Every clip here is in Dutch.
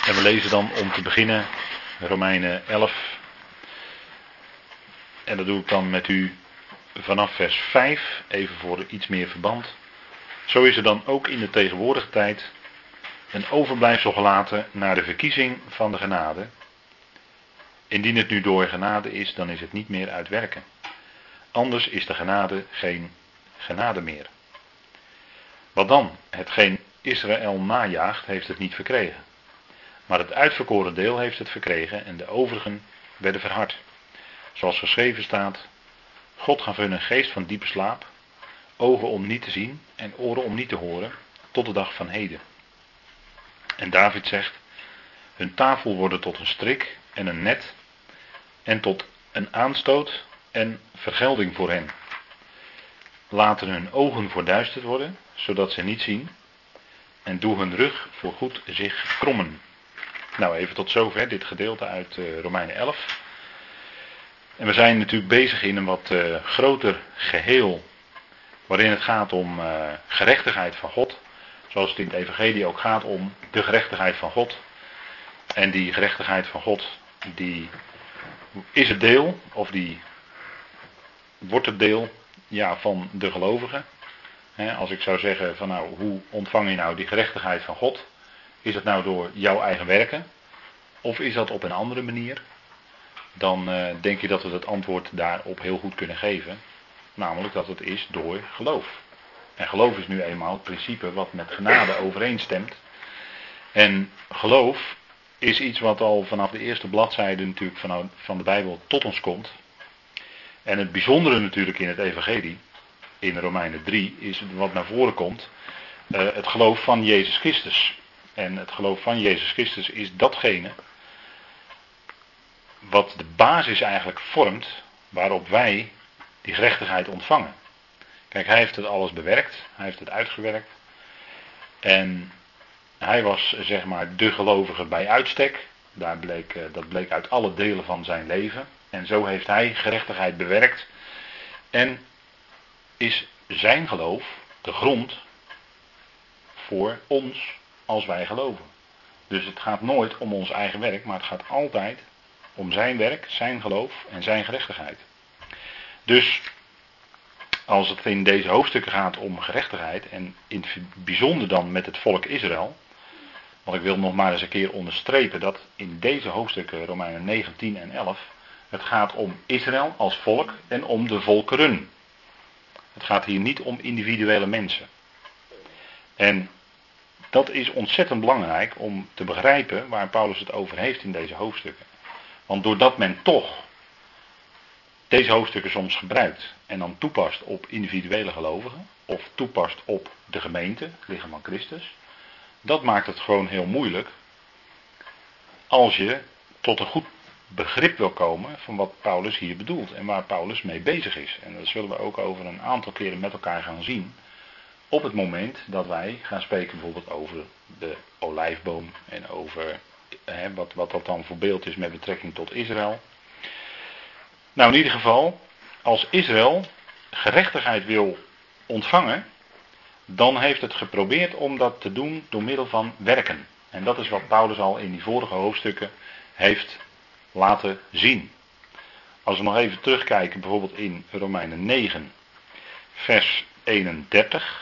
En we lezen dan om te beginnen Romeinen 11. En dat doe ik dan met u vanaf vers 5, even voor iets meer verband. Zo is er dan ook in de tegenwoordige tijd een overblijfsel gelaten naar de verkiezing van de genade. Indien het nu door genade is, dan is het niet meer uit werken. Anders is de genade geen genade meer. Wat dan? Hetgeen Israël najaagt, heeft het niet verkregen. Maar het uitverkoren deel heeft het verkregen en de overigen werden verhard. Zoals geschreven staat, God gaf hun een geest van diepe slaap, ogen om niet te zien en oren om niet te horen, tot de dag van heden. En David zegt, hun tafel worden tot een strik en een net en tot een aanstoot en vergelding voor hen. Laten hun ogen verduisterd worden, zodat ze niet zien, en doe hun rug voorgoed zich krommen. Nou, even tot zover dit gedeelte uit Romeinen 11. En we zijn natuurlijk bezig in een wat groter geheel, waarin het gaat om gerechtigheid van God. Zoals het in het evangelie ook gaat om de gerechtigheid van God. En die gerechtigheid van God, die is het deel, of die wordt het deel van de gelovigen. Als ik zou zeggen van nou, hoe ontvang je nou die gerechtigheid van God? Is het nou door jouw eigen werken? Of is dat op een andere manier? Dan denk je dat we het antwoord daarop heel goed kunnen geven. Namelijk dat het is door geloof. En geloof is nu eenmaal het principe wat met genade overeenstemt. En geloof is iets wat al vanaf de eerste bladzijde natuurlijk van de Bijbel tot ons komt. En het bijzondere natuurlijk in het evangelie, in Romeinen 3, is wat naar voren komt, het geloof van Jezus Christus. En het geloof van Jezus Christus is datgene wat de basis eigenlijk vormt waarop wij die gerechtigheid ontvangen. Kijk, hij heeft het alles bewerkt, hij heeft het uitgewerkt. En hij was zeg maar de gelovige bij uitstek. Dat bleek uit alle delen van zijn leven. En zo heeft hij gerechtigheid bewerkt. En is zijn geloof de grond voor ons als wij geloven. Dus het gaat nooit om ons eigen werk, maar het gaat altijd om zijn werk, zijn geloof en zijn gerechtigheid. Dus als het in deze hoofdstukken gaat om gerechtigheid, en in het bijzonder dan met het volk Israël, want ik wil nog maar eens een keer onderstrepen dat in deze hoofdstukken, Romeinen 9, 10 en 11, het gaat om Israël als volk en om de volkeren. Het gaat hier niet om individuele mensen. En dat is ontzettend belangrijk om te begrijpen waar Paulus het over heeft in deze hoofdstukken. Want doordat men toch deze hoofdstukken soms gebruikt en dan toepast op individuele gelovigen, of toepast op de gemeente, het lichaam van Christus, dat maakt het gewoon heel moeilijk als je tot een goed begrip wil komen van wat Paulus hier bedoelt en waar Paulus mee bezig is. En dat zullen we ook over een aantal keren met elkaar gaan zien op het moment dat wij gaan spreken bijvoorbeeld over de olijfboom en over wat dat dan voor beeld is met betrekking tot Israël. Nou, in ieder geval, als Israël gerechtigheid wil ontvangen, dan heeft het geprobeerd om dat te doen door middel van werken. En dat is wat Paulus al in die vorige hoofdstukken heeft laten zien. Als we nog even terugkijken, bijvoorbeeld in Romeinen 9, vers 31.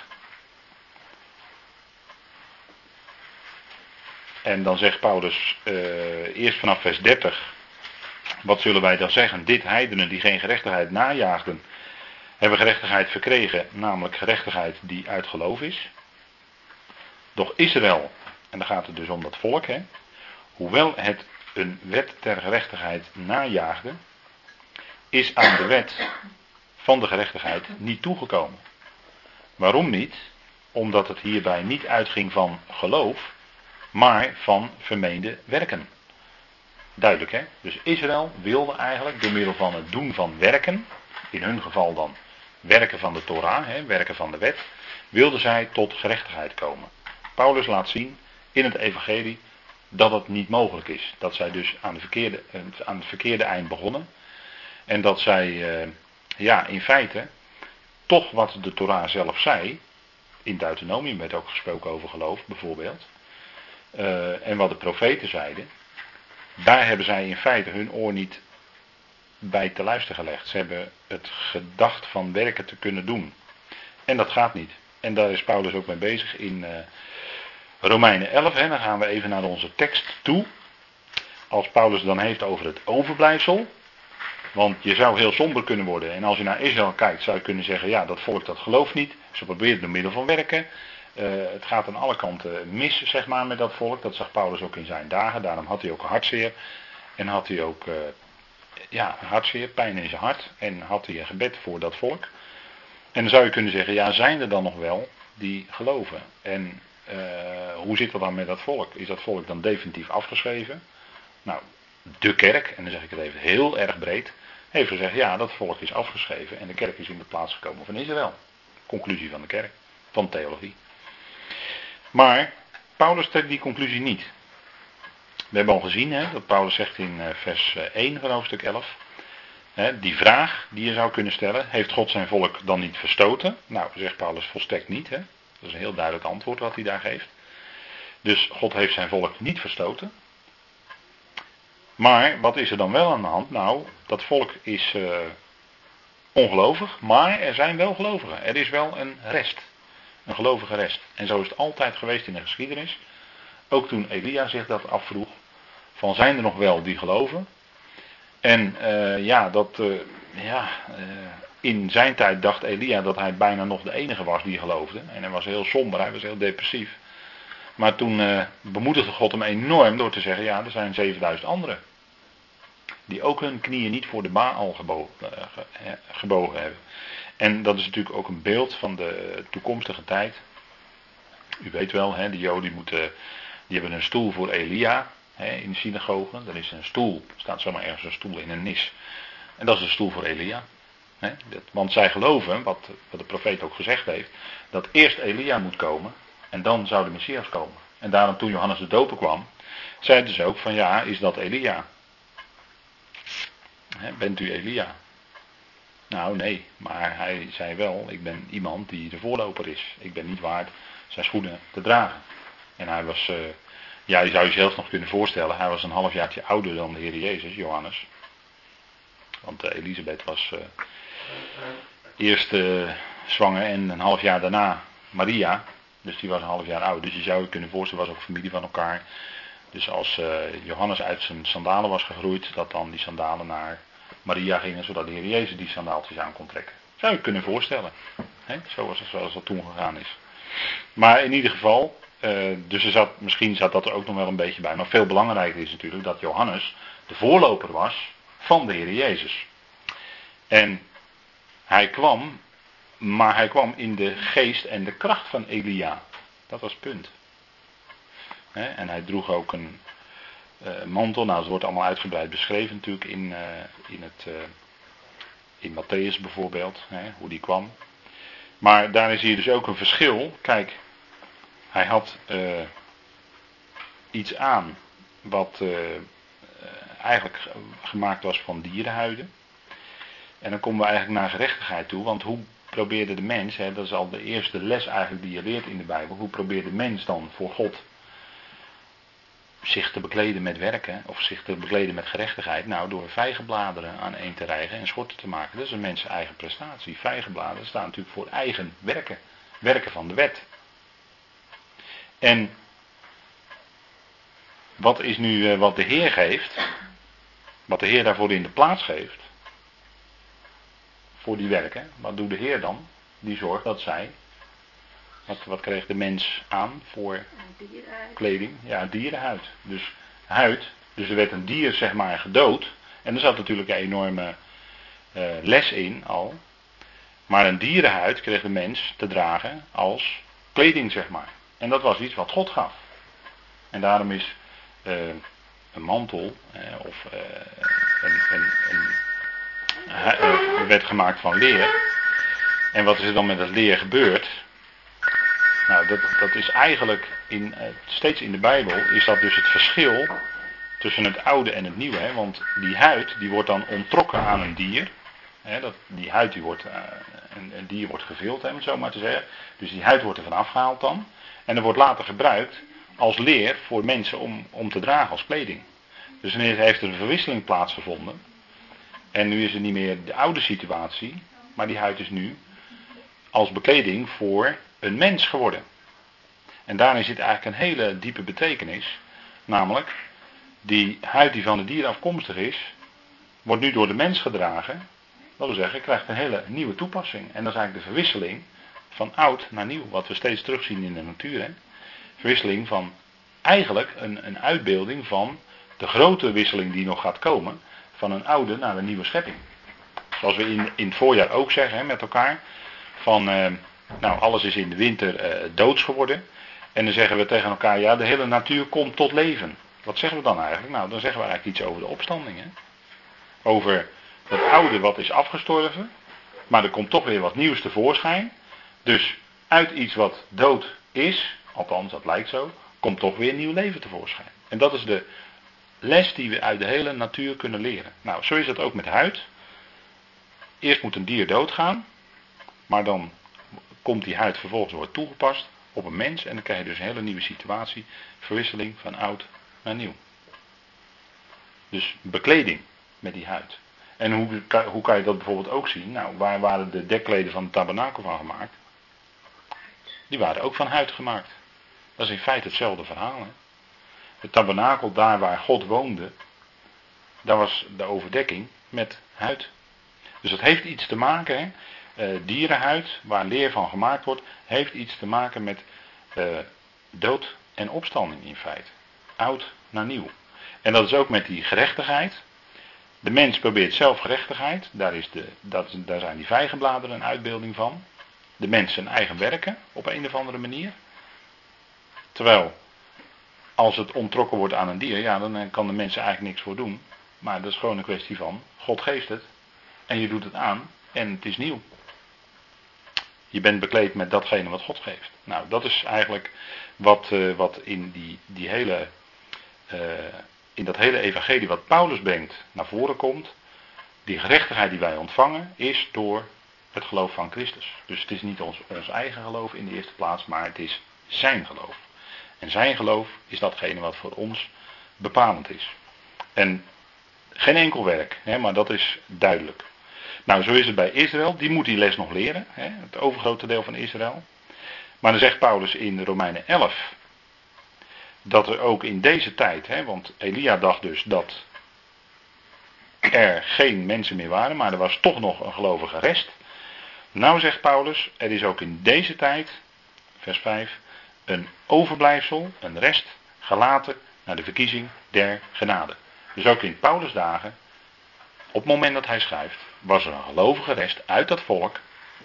En dan zegt Paulus eerst vanaf vers 30, wat zullen wij dan zeggen? Dit heidenen die geen gerechtigheid najaagden, hebben gerechtigheid verkregen, namelijk gerechtigheid die uit geloof is. Doch Israël, en dan gaat het dus om dat volk, hoewel het een wet ter gerechtigheid najaagde, is aan de wet van de gerechtigheid niet toegekomen. Waarom niet? Omdat het hierbij niet uitging van geloof, maar van vermeende werken. Duidelijk, hè? Dus Israël wilde eigenlijk door middel van het doen van werken, in hun geval dan werken van de Torah, werken van de wet, wilden zij tot gerechtigheid komen. Paulus laat zien in het evangelie dat het niet mogelijk is. Dat zij dus aan het verkeerde eind begonnen. En dat zij in feite toch wat de Torah zelf zei, in Deuteronomium werd ook gesproken over geloof bijvoorbeeld, en wat de profeten zeiden, daar hebben zij in feite hun oor niet bij te luisteren gelegd. Ze hebben het gedacht van werken te kunnen doen. En dat gaat niet. En daar is Paulus ook mee bezig in Romeinen 11. Dan gaan we even naar onze tekst toe. Als Paulus het dan heeft over het overblijfsel. Want je zou heel somber kunnen worden. En als je naar Israël kijkt, zou je kunnen zeggen, ja, dat volk dat gelooft niet. Ze proberen door middel van werken. Het gaat aan alle kanten mis, zeg maar, met dat volk. Dat zag Paulus ook in zijn dagen. Daarom had hij ook hartzeer. En had hij ook hartzeer, pijn in zijn hart. En had hij een gebed voor dat volk. En dan zou je kunnen zeggen, ja, zijn er dan nog wel die geloven? En hoe zit dat dan met dat volk? Is dat volk dan definitief afgeschreven? Nou, de kerk, en dan zeg ik het even heel erg breed, heeft gezegd, ja, dat volk is afgeschreven en de kerk is in de plaats gekomen van Israël. Conclusie van de kerk, van theologie. Maar Paulus trekt die conclusie niet. We hebben al gezien dat Paulus zegt in vers 1 van hoofdstuk 11, die vraag die je zou kunnen stellen, heeft God zijn volk dan niet verstoten? Nou, zegt Paulus volstrekt niet. Dat is een heel duidelijk antwoord wat hij daar geeft. Dus God heeft zijn volk niet verstoten. Maar wat is er dan wel aan de hand? Nou, dat volk is ongelovig, maar er zijn wel gelovigen. Er is wel een rest. Een gelovige rest. En zo is het altijd geweest in de geschiedenis. Ook toen Elia zich dat afvroeg. Van zijn er nog wel die geloven? En in zijn tijd dacht Elia dat hij bijna nog de enige was die geloofde. En hij was heel somber, hij was heel depressief. Maar toen bemoedigde God hem enorm door te zeggen, ja, er zijn 7000 anderen. Die ook hun knieën niet voor de Baal gebogen hebben. En dat is natuurlijk ook een beeld van de toekomstige tijd. U weet wel, de Joden die hebben een stoel voor Elia in de synagoge. Er is een stoel, er staat zomaar ergens een stoel in een nis. En dat is de stoel voor Elia. Want zij geloven, wat de profeet ook gezegd heeft, dat eerst Elia moet komen en dan zou de Messias komen. En daarom toen Johannes de Doper kwam, zeiden ze ook van ja, is dat Elia? Bent u Elia? Nou nee, maar hij zei wel, ik ben iemand die de voorloper is. Ik ben niet waard zijn schoenen te dragen. En hij was, je zou je zelf nog kunnen voorstellen, hij was een halfjaartje ouder dan de Heer Jezus, Johannes. Want Elisabeth was eerst zwanger en een half jaar daarna Maria. Dus die was een half jaar oud. Dus je zou je kunnen voorstellen, was ook familie van elkaar. Dus als Johannes uit zijn sandalen was gegroeid, dat dan die sandalen naar Maria gingen, zodat de Heer Jezus die sandaaltjes aan kon trekken. Zou je je kunnen voorstellen. Zoals dat toen gegaan is. Maar in ieder geval, dus misschien zat dat er ook nog wel een beetje bij. Maar veel belangrijker is natuurlijk dat Johannes de voorloper was van de Heer Jezus. En hij kwam in de geest en de kracht van Elia. Dat was het punt. En hij droeg ook een mantel. Nou, het wordt allemaal uitgebreid beschreven natuurlijk in Matthäus bijvoorbeeld. Hoe die kwam. Maar daar is hier dus ook een verschil. Kijk, hij had iets aan wat eigenlijk gemaakt was van dierenhuiden. En dan komen we eigenlijk naar gerechtigheid toe. Want hoe probeerde de mens, dat is al de eerste les eigenlijk die je leert in de Bijbel. Hoe probeert de mens dan voor God zich te bekleden met werken, of zich te bekleden met gerechtigheid? Nou, door vijgenbladeren aan één te rijgen en schorten te maken. Dat is een mens eigen prestatie. Vijgenbladeren staan natuurlijk voor eigen werken. Werken van de wet. En wat is nu wat de Heer geeft? Wat de Heer daarvoor in de plaats geeft? Voor die werken. Wat doet de Heer dan? Die zorgt dat zij... Wat kreeg de mens aan voor kleding? Ja, dierenhuid. Dus huid. Dus er werd een dier zeg maar gedood. En er zat natuurlijk een enorme les in al. Maar een dierenhuid kreeg de mens te dragen als kleding zeg maar. En dat was iets wat God gaf. En daarom is een mantel werd gemaakt van leer. En wat is er dan met het leer gebeurd? Nou, dat is eigenlijk steeds in de Bijbel is dat dus het verschil tussen het oude en het nieuwe. Want die huid die wordt dan onttrokken aan een dier. Die huid die wordt, een dier wordt gevild, om het zo maar te zeggen. Dus die huid wordt er vanaf gehaald dan. En er wordt later gebruikt als leer voor mensen om te dragen als kleding. Dus ineens heeft er een verwisseling plaatsgevonden. En nu is het niet meer de oude situatie, maar die huid is nu als bekleding voor een mens geworden. En daarin zit eigenlijk een hele diepe betekenis. Namelijk, die huid die van de dieren afkomstig is, wordt nu door de mens gedragen. Dat wil zeggen, krijgt een hele nieuwe toepassing. En dat is eigenlijk de verwisseling van oud naar nieuw. Wat we steeds terugzien in de natuur. Hè? Verwisseling van eigenlijk een uitbeelding van de grote wisseling die nog gaat komen. Van een oude naar een nieuwe schepping. Zoals we in het voorjaar ook zeggen hè, met elkaar. Van nou alles is in de winter doods geworden. En dan zeggen we tegen elkaar, ja de hele natuur komt tot leven. Wat zeggen we dan eigenlijk? Nou dan zeggen we eigenlijk iets over de opstanding. Hè? Over het oude wat is afgestorven. Maar er komt toch weer wat nieuws tevoorschijn. Dus uit iets wat dood is, althans dat lijkt zo, komt toch weer nieuw leven tevoorschijn. En dat is de les die we uit de hele natuur kunnen leren. Nou, zo is het ook met huid. Eerst moet een dier doodgaan. Maar dan komt die huid vervolgens wordt toegepast op een mens. En dan krijg je dus een hele nieuwe situatie. Verwisseling van oud naar nieuw. Dus bekleding met die huid. En hoe kan je dat bijvoorbeeld ook zien? Nou, waar waren de dekkleden van de tabernakel van gemaakt? Die waren ook van huid gemaakt. Dat is in feite hetzelfde verhaal. Hè? Het tabernakel, daar waar God woonde, daar was de overdekking met huid. Dus dat heeft iets te maken, hè? Dierenhuid, waar leer van gemaakt wordt, heeft iets te maken met dood en opstanding in feite. Oud naar nieuw. En dat is ook met die gerechtigheid. De mens probeert zelf gerechtigheid, daar zijn die vijgenbladeren een uitbeelding van. De mens zijn eigen werken, op een of andere manier. Terwijl, als het onttrokken wordt aan een dier, ja, dan kan de mens er eigenlijk niks voor doen. Maar dat is gewoon een kwestie van, God geeft het, en je doet het aan, en het is nieuw. Je bent bekleed met datgene wat God geeft. Nou, dat is eigenlijk wat in die hele, in dat hele evangelie wat Paulus brengt naar voren komt. Die gerechtigheid die wij ontvangen is door het geloof van Christus. Dus het is niet ons eigen geloof in de eerste plaats, maar het is zijn geloof. En zijn geloof is datgene wat voor ons bepalend is. En geen enkel werk, hè, maar dat is duidelijk. Nou, zo is het bij Israël. Die moet die les nog leren. Hè, het overgrote deel van Israël. Maar dan zegt Paulus in Romeinen 11. Dat er ook in deze tijd. Hè, want Elia dacht dus dat er geen mensen meer waren. Maar er was toch nog een gelovige rest. Nou zegt Paulus. Er is ook in deze tijd. Vers 5. Een overblijfsel. Een rest. Gelaten naar de verkiezing der genade. Dus ook in Paulus' dagen. Op het moment dat hij schrijft, was er een gelovige rest uit dat volk.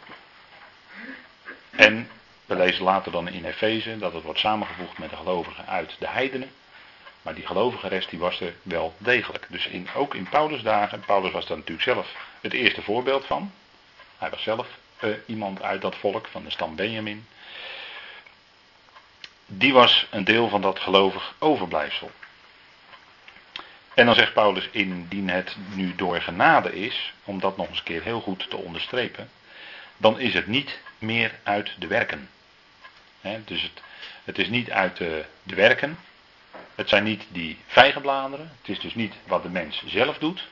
En we lezen later dan in Efeze dat het wordt samengevoegd met de gelovigen uit de heidenen. Maar die gelovige rest die was er wel degelijk. Dus ook in Paulus' dagen, Paulus was daar natuurlijk zelf het eerste voorbeeld van. Hij was zelf iemand uit dat volk van de stam Benjamin. Die was een deel van dat gelovig overblijfsel. En dan zegt Paulus, indien het nu door genade is, om dat nog eens een keer heel goed te onderstrepen, dan is het niet meer uit de werken. Dus het is niet uit de werken, het zijn niet die vijgenbladeren, het is dus niet wat de mens zelf doet,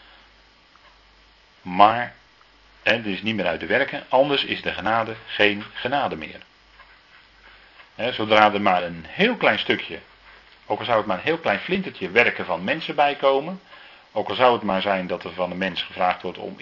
maar het is niet meer uit de werken, anders is de genade geen genade meer. Zodra er maar een heel klein stukje, ook al zou het maar een heel klein flintertje werken van mensen bijkomen. Ook al zou het maar zijn dat er van de mens gevraagd wordt om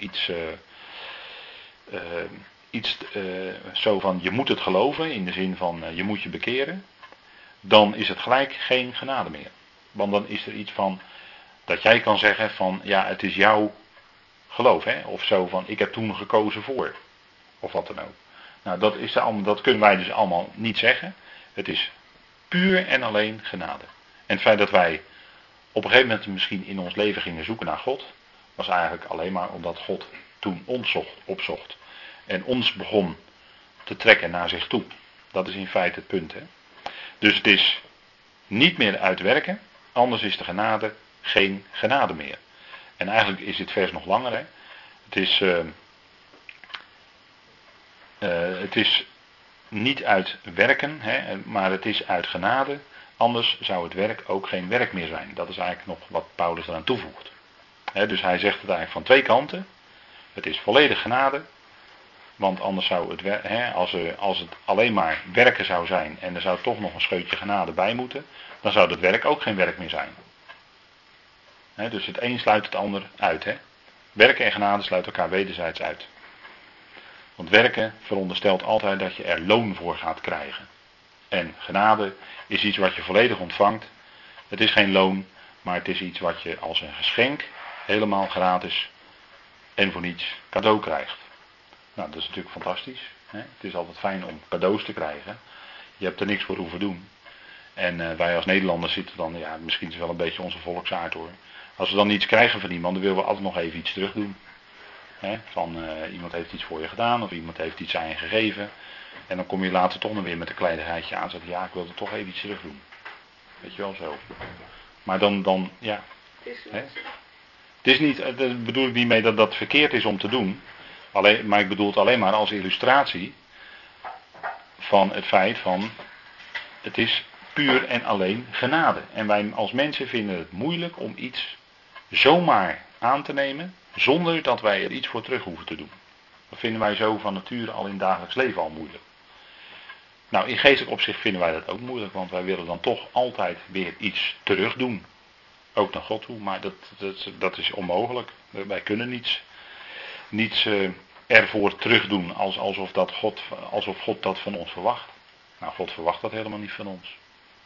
iets zo van je moet het geloven. In de zin van je moet je bekeren. Dan is het gelijk geen genade meer. Want dan is er iets van dat jij kan zeggen van ja het is jouw geloof. Hè? Of zo van ik heb toen gekozen voor. Of wat dan ook. Nou dat kunnen wij dus allemaal niet zeggen. Het is puur en alleen genade. En het feit dat wij op een gegeven moment misschien in ons leven gingen zoeken naar God, was eigenlijk alleen maar omdat God toen ons opzocht. En ons begon te trekken naar zich toe. Dat is in feite het punt. Hè? Dus het is niet meer uitwerken, anders is de genade geen genade meer. En eigenlijk is dit vers nog langer. Hè? Het is niet uit werken, hè, maar het is uit genade Anders zou het werk ook geen werk meer zijn. Dat is eigenlijk nog wat Paulus eraan toevoegt. Dus hij zegt het eigenlijk van twee kanten. Het is volledig genade. Want anders zou het, als het alleen maar werken zou zijn en er zou toch nog een scheutje genade bij moeten, dan zou het werk ook geen werk meer zijn. Dus het een sluit het ander uit. Werken en genade sluiten elkaar wederzijds uit. Want werken veronderstelt altijd dat je er loon voor gaat krijgen. En genade is iets wat je volledig ontvangt. Het is geen loon, maar het is iets wat je als een geschenk helemaal gratis en voor niets cadeau krijgt. Nou, dat is natuurlijk fantastisch. Het is altijd fijn om cadeaus te krijgen. Je hebt er niks voor hoeven doen. En wij als Nederlanders zitten dan, ja, misschien is het wel een beetje onze volksaard hoor. Als we dan iets krijgen van iemand, dan willen we altijd nog even iets terug doen. Van iemand heeft iets voor je gedaan, of iemand heeft iets aan je gegeven. En dan kom je later toch nog weer met een kleinigheidje aan en zeg je, ja, ik wil er toch even iets terug doen. Weet je wel zo. Maar dan ja. Het is niet, daar bedoel ik niet mee dat dat verkeerd is om te doen. Maar ik bedoel het alleen maar als illustratie van het feit van, het is puur en alleen genade. En wij als mensen vinden het moeilijk om iets zomaar aan te nemen, zonder dat wij er iets voor terug hoeven te doen. Dat vinden wij zo van nature al in het dagelijks leven al moeilijk. Nou, in geestelijk opzicht vinden wij dat ook moeilijk, want wij willen dan toch altijd weer iets terug doen. Ook naar God toe, maar dat is onmogelijk. Wij kunnen niets ervoor terugdoen alsof God dat van ons verwacht. Nou, God verwacht dat helemaal niet van ons.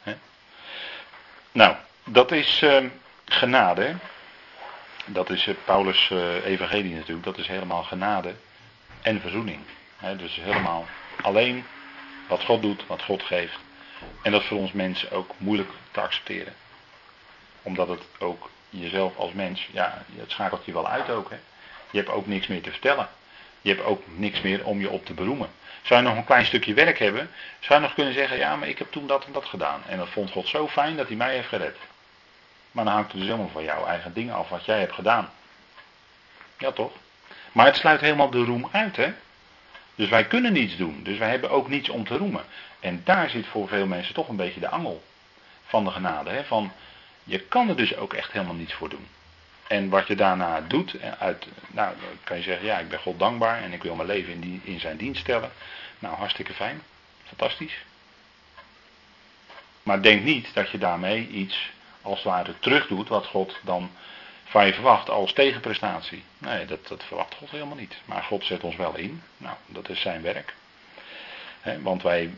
Nou, dat is genade. Hè? Dat is Paulus' evangelie natuurlijk. Dat is helemaal genade en verzoening. Dus helemaal alleen wat God doet, wat God geeft. En dat is voor ons mensen ook moeilijk te accepteren. Omdat het ook jezelf als mens, ja, het schakelt je wel uit ook. Hè? Je hebt ook niks meer te vertellen. Je hebt ook niks meer om je op te beroemen. Zou je nog een klein stukje werk hebben, zou je nog kunnen zeggen, ja, maar ik heb toen dat en dat gedaan. En dat vond God zo fijn dat hij mij heeft gered. Maar dan hangt het dus helemaal van jouw eigen dingen af wat jij hebt gedaan. Ja toch? Maar het sluit helemaal de roem uit, hè. Dus wij kunnen niets doen. Dus wij hebben ook niets om te roemen. En daar zit voor veel mensen toch een beetje de angel van de genade. Hè? Van, je kan er dus ook echt helemaal niets voor doen. En wat je daarna doet, nou, dan kan je zeggen, ja, ik ben God dankbaar en ik wil mijn leven in zijn dienst stellen. Nou, hartstikke fijn. Fantastisch. Maar denk niet dat je daarmee iets als het ware terugdoet wat God dan van je verwacht als tegenprestatie. Nee, dat verwacht God helemaal niet. Maar God zet ons wel in. Nou, dat is zijn werk. Want wij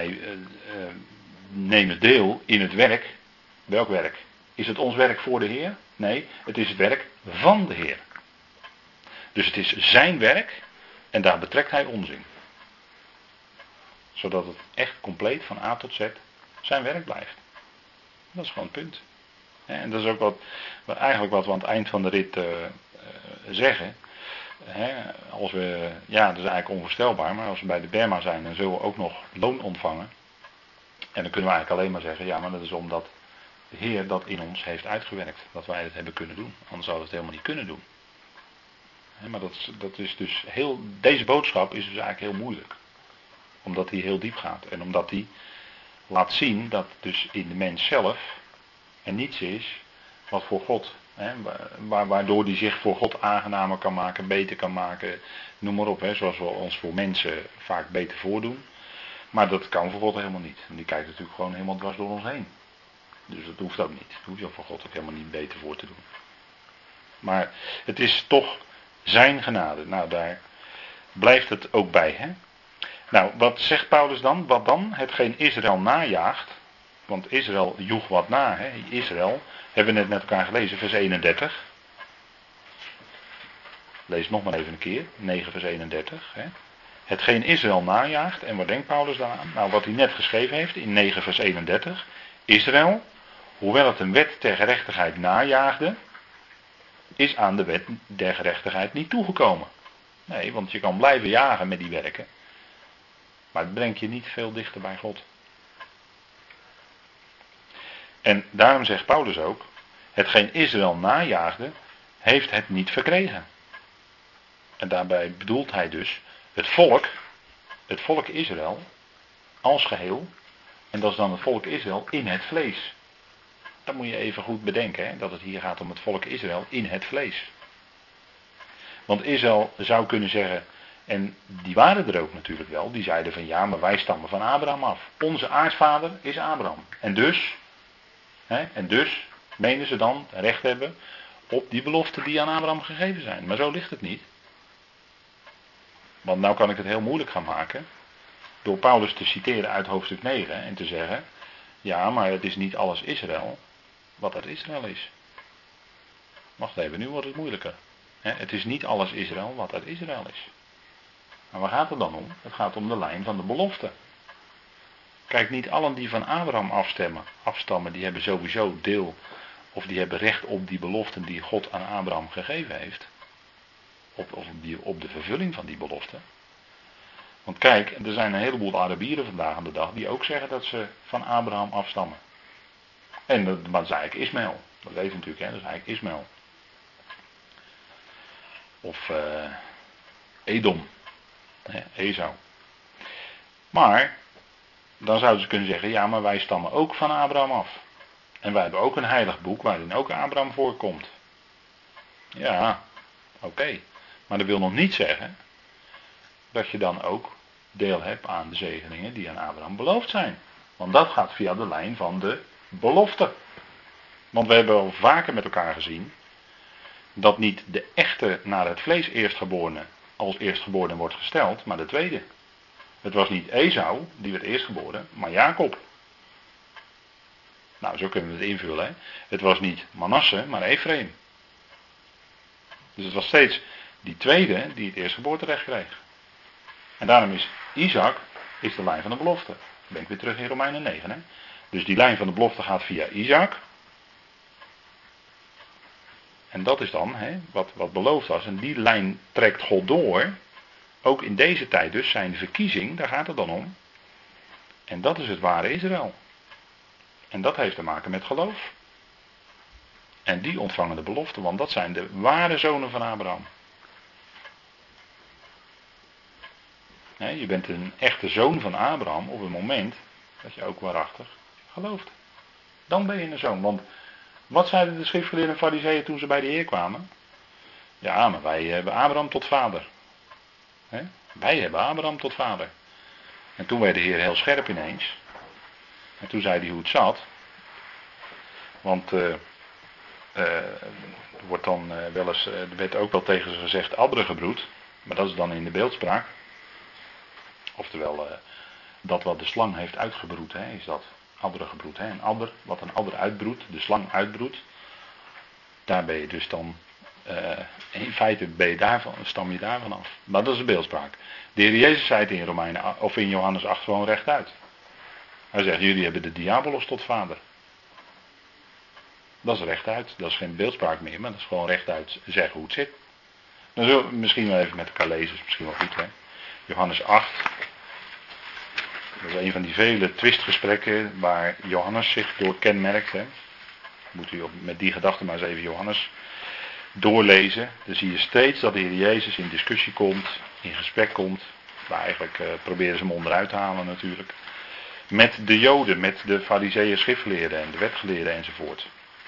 nemen deel in het werk. Welk werk? Is het ons werk voor de Heer? Nee, het is het werk van de Heer. Dus het is zijn werk en daar betrekt hij ons in. Zodat het echt compleet van A tot Z zijn werk blijft. Dat is gewoon het punt. En dat is ook eigenlijk wat we aan het eind van de rit zeggen. Als we, ja, dat is eigenlijk onvoorstelbaar, maar als we bij de Berma zijn, dan zullen we ook nog loon ontvangen. En dan kunnen we eigenlijk alleen maar zeggen, ja, maar dat is omdat de Heer dat in ons heeft uitgewerkt. Dat wij het hebben kunnen doen. Anders zouden we het helemaal niet kunnen doen. Maar dat is dus deze boodschap is dus eigenlijk heel moeilijk. Omdat die heel diep gaat. En omdat die laat zien dat dus in de mens zelf er niets is wat voor God, waardoor die zich voor God aangenamer kan maken, beter kan maken, noem maar op, zoals we ons voor mensen vaak beter voordoen. Maar dat kan voor God helemaal niet. En die kijkt natuurlijk gewoon helemaal dwars door ons heen. Dus dat hoeft ook niet. Dat hoef je voor God ook helemaal niet beter voor te doen. Maar het is toch zijn genade. Nou, daar blijft het ook bij. Hè? Nou, wat zegt Paulus dan? Wat dan? Hetgeen Israël najaagt. Want Israël joeg wat na. Hè? Israël, hebben we net met elkaar gelezen, vers 31. Lees nog maar even een keer. 9 vers 31. Hè? Hetgeen Israël najaagt. En wat denkt Paulus dan aan? Nou, wat hij net geschreven heeft in 9 vers 31. Israël, hoewel het een wet ter gerechtigheid najaagde, is aan de wet der gerechtigheid niet toegekomen. Nee, want je kan blijven jagen met die werken. Maar het brengt je niet veel dichter bij God. En daarom zegt Paulus ook, hetgeen Israël najaagde, heeft het niet verkregen. En daarbij bedoelt hij dus het volk Israël, als geheel, En dat is dan het volk Israël in het vlees. Dat moet je even goed bedenken, hè, dat het hier gaat om het volk Israël in het vlees. Want Israël zou kunnen zeggen, en die waren er ook natuurlijk wel, die zeiden van ja, maar wij stammen van Abraham af. Onze aartsvader is Abraham. En dus menen ze dan recht hebben op die beloften die aan Abraham gegeven zijn. Maar zo ligt het niet. Want nou kan ik het heel moeilijk gaan maken door Paulus te citeren uit hoofdstuk 9 en te zeggen, ja, maar het is niet alles Israël wat uit Israël is. Wacht even, nu wordt het moeilijker. Het is niet alles Israël wat uit Israël is. Maar waar gaat het dan om? Het gaat om de lijn van de belofte. Kijk, niet allen die van Abraham afstammen, die hebben sowieso deel, of die hebben recht op die beloften die God aan Abraham gegeven heeft. Op de vervulling van die belofte. Want kijk, er zijn een heleboel Arabieren vandaag aan de dag die ook zeggen dat ze van Abraham afstammen. Maar dat is eigenlijk Ismaël. Dat weet je natuurlijk, hè? Dat is eigenlijk Ismaël. Of Edom. Esau. Maar, dan zouden ze kunnen zeggen, ja, maar wij stammen ook van Abraham af. En wij hebben ook een heilig boek waarin ook Abraham voorkomt. Ja, oké. Maar dat wil nog niet zeggen dat je dan ook deel hebt aan de zegeningen die aan Abraham beloofd zijn. Want dat gaat via de lijn van de belofte. Want we hebben al vaker met elkaar gezien dat niet de echte naar het vlees eerstgeborene als eerstgeborene wordt gesteld, maar de tweede. Het was niet Esau, die werd eerstgeboren, maar Jacob. Nou, zo kunnen we het invullen. Hè? Het was niet Manasse, maar Ephraim. Dus het was steeds die tweede die het eerstgeboorterecht kreeg. En daarom is Isaac de lijn van de belofte. Dan ben ik weer terug in Romeinen 9. Hè? Dus die lijn van de belofte gaat via Isaac. En dat is dan wat beloofd was. En die lijn trekt God door. Ook in deze tijd dus zijn verkiezing, daar gaat het dan om. En dat is het ware Israël. En dat heeft te maken met geloof. En die ontvangen de belofte, want dat zijn de ware zonen van Abraham. Je bent een echte zoon van Abraham op het moment dat je ook waarachtig gelooft. Dan ben je een zoon. Want wat zeiden de schriftgeleerden en farizeeën toen ze bij de Heer kwamen? Ja, maar wij hebben Abraham tot vader. Wij hebben Abraham tot vader. En toen werd de Heer heel scherp ineens. En toen zei hij hoe het zat. Want er wordt dan wel eens, er werd ook wel tegen ze gezegd adderengebroed. Maar dat is dan in de beeldspraak. Oftewel, dat wat de slang heeft uitgebroed, is dat adderengebroed. Een adder, wat een adder uitbroedt, de slang uitbroedt. Daar ben je dus dan, in feite stam je daarvan af. Maar dat is de beeldspraak. De Heer Jezus zei het in in Johannes 8 gewoon rechtuit. Hij zegt, jullie hebben de diabolos tot vader. Dat is rechtuit, dat is geen beeldspraak meer, maar dat is gewoon rechtuit zeggen hoe het zit. Dan zullen we misschien wel even met elkaar lezen, is misschien wel goed, hè. Johannes 8. Dat is een van die vele twistgesprekken waar Johannes zich door kenmerkt. Hè. Moet u met die gedachte maar eens even Johannes doorlezen. Dan zie je steeds dat de Heer Jezus in discussie komt, in gesprek komt. Maar eigenlijk proberen ze hem onderuit te halen natuurlijk. Met de Joden, met de farizeeën, schriftgeleerden en de wetgeleerden enzovoort.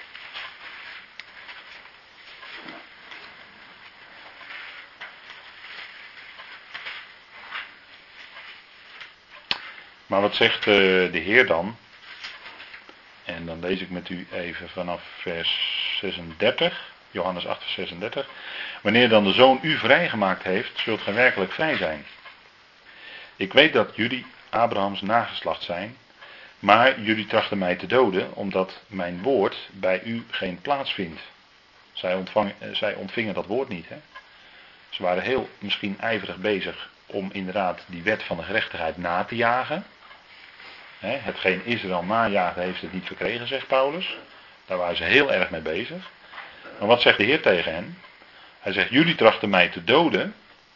Maar wat zegt de Heer dan? En dan lees ik met u even vanaf vers 36, Johannes 8 vers 36. Wanneer dan de Zoon u vrijgemaakt heeft, zult gij werkelijk vrij zijn. Ik weet dat jullie Abrahams nageslacht zijn, maar jullie trachten mij te doden, omdat mijn woord bij u geen plaats vindt. Zij ontvingen dat woord niet. Hè? Ze waren heel misschien ijverig bezig om inderdaad die wet van de gerechtigheid na te jagen. Hetgeen Israël najaagde heeft het niet verkregen, zegt Paulus. Daar waren ze heel erg mee bezig. Maar wat zegt de Heer tegen hen? Hij zegt, jullie trachten mij te doden,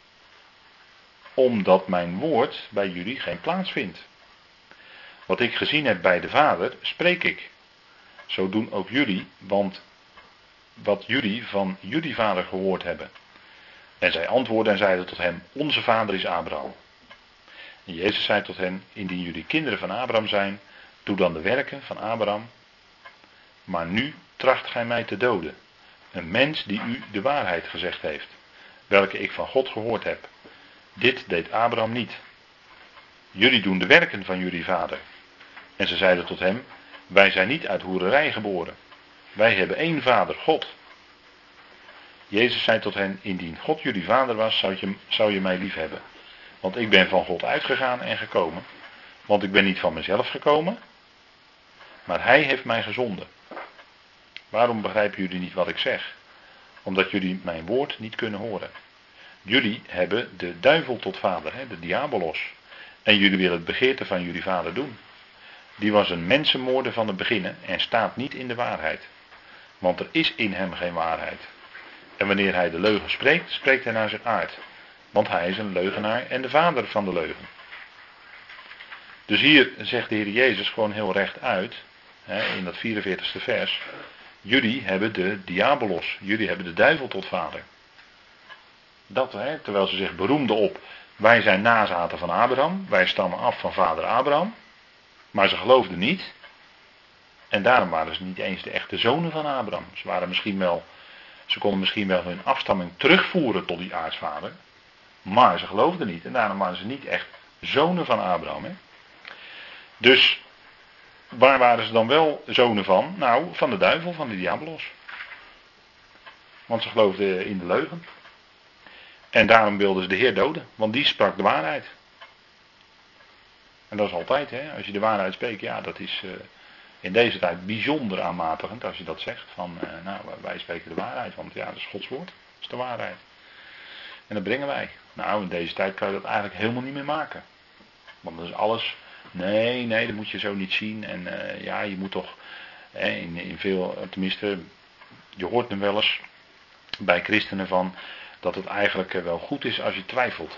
omdat mijn woord bij jullie geen plaats vindt. Wat ik gezien heb bij de Vader, spreek ik. Zo doen ook jullie, want wat jullie van jullie vader gehoord hebben. En zij antwoordden en zeiden tot hem, onze vader is Abraham. En Jezus zei tot hen, indien jullie kinderen van Abraham zijn, Doe dan de werken van Abraham. Maar nu tracht gij mij te doden. Een mens die u de waarheid gezegd heeft. Welke ik van God gehoord heb. Dit deed Abraham niet. Jullie doen de werken van jullie vader. En ze zeiden tot hem, wij zijn niet uit hoererij geboren. Wij hebben één vader, God. Jezus zei tot hen, indien God jullie vader was, zou je mij lief hebben. Want ik ben van God uitgegaan en gekomen. Want ik ben niet van mezelf gekomen, maar hij heeft mij gezonden. Waarom begrijpen jullie niet wat ik zeg? Omdat jullie mijn woord niet kunnen horen. Jullie hebben de duivel tot vader, de diabolos. En jullie willen het begeerte van jullie vader doen. Die was een mensenmoorder van het beginnen en staat niet in de waarheid. Want er is in hem geen waarheid. En wanneer hij de leugen spreekt, spreekt hij naar zijn aard. Want hij is een leugenaar en de vader van de leugen. Dus hier zegt de Heer Jezus gewoon heel recht uit, in dat 44ste vers. Jullie hebben de diabolos, jullie hebben de duivel tot vader. Dat, terwijl ze zich beroemden op, wij zijn nazaten van Abraham, wij stammen af van vader Abraham. Maar ze geloofden niet. En daarom waren ze niet eens de echte zonen van Abraham. Ze konden misschien wel hun afstamming terugvoeren tot die aartsvader. Maar ze geloofden niet. En daarom waren ze niet echt zonen van Abraham. Dus waar waren ze dan wel zonen van? Nou, van de duivel, van de diabolos. Want ze geloofden in de leugen. En daarom wilden ze de Heer doden. Want die sprak de waarheid. En dat is altijd, als je de waarheid spreekt, ja, dat is in deze tijd bijzonder aanmatigend als je dat zegt. Van, wij spreken de waarheid, want ja, dat is Gods woord. Dat is de waarheid. En dat brengen wij. Nou, in deze tijd kan je dat eigenlijk helemaal niet meer maken. Want dat is alles, nee, dat moet je zo niet zien. En ja, je moet toch, in veel, tenminste, je hoort nu wel eens bij christenen van, dat het eigenlijk wel goed is als je twijfelt.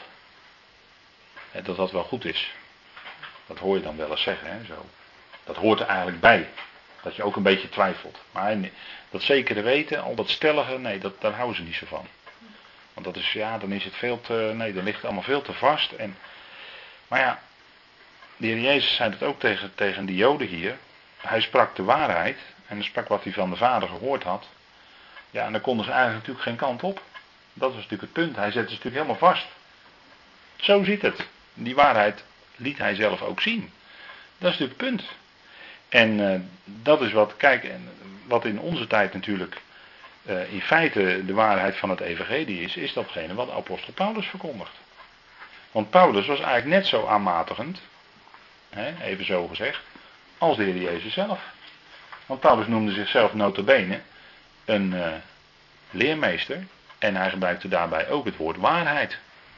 Dat dat wel goed is. Dat hoor je dan wel eens zeggen, zo. Dat hoort er eigenlijk bij. Dat je ook een beetje twijfelt. Maar dat zekere weten, al dat stellige, nee, daar houden ze niet zo van. Want dat is, ja, dan is het veel te, nee, dan ligt het allemaal veel te vast. Maar ja, de Heer Jezus zei het ook tegen die Joden hier. Hij sprak de waarheid. En hij sprak wat hij van de Vader gehoord had. Ja, en daar konden ze eigenlijk natuurlijk geen kant op. Dat was natuurlijk het punt. Hij zette ze natuurlijk helemaal vast. Zo zit het. Die waarheid liet hij zelf ook zien. Dat is natuurlijk het punt. En dat is wat in onze tijd natuurlijk in feite de waarheid van het evangelie is datgene wat de apostel Paulus verkondigt. Want Paulus was eigenlijk net zo aanmatigend, even zo gezegd, als de Heer Jezus zelf. Want Paulus noemde zichzelf nota bene een leermeester en hij gebruikte daarbij ook het woord waarheid.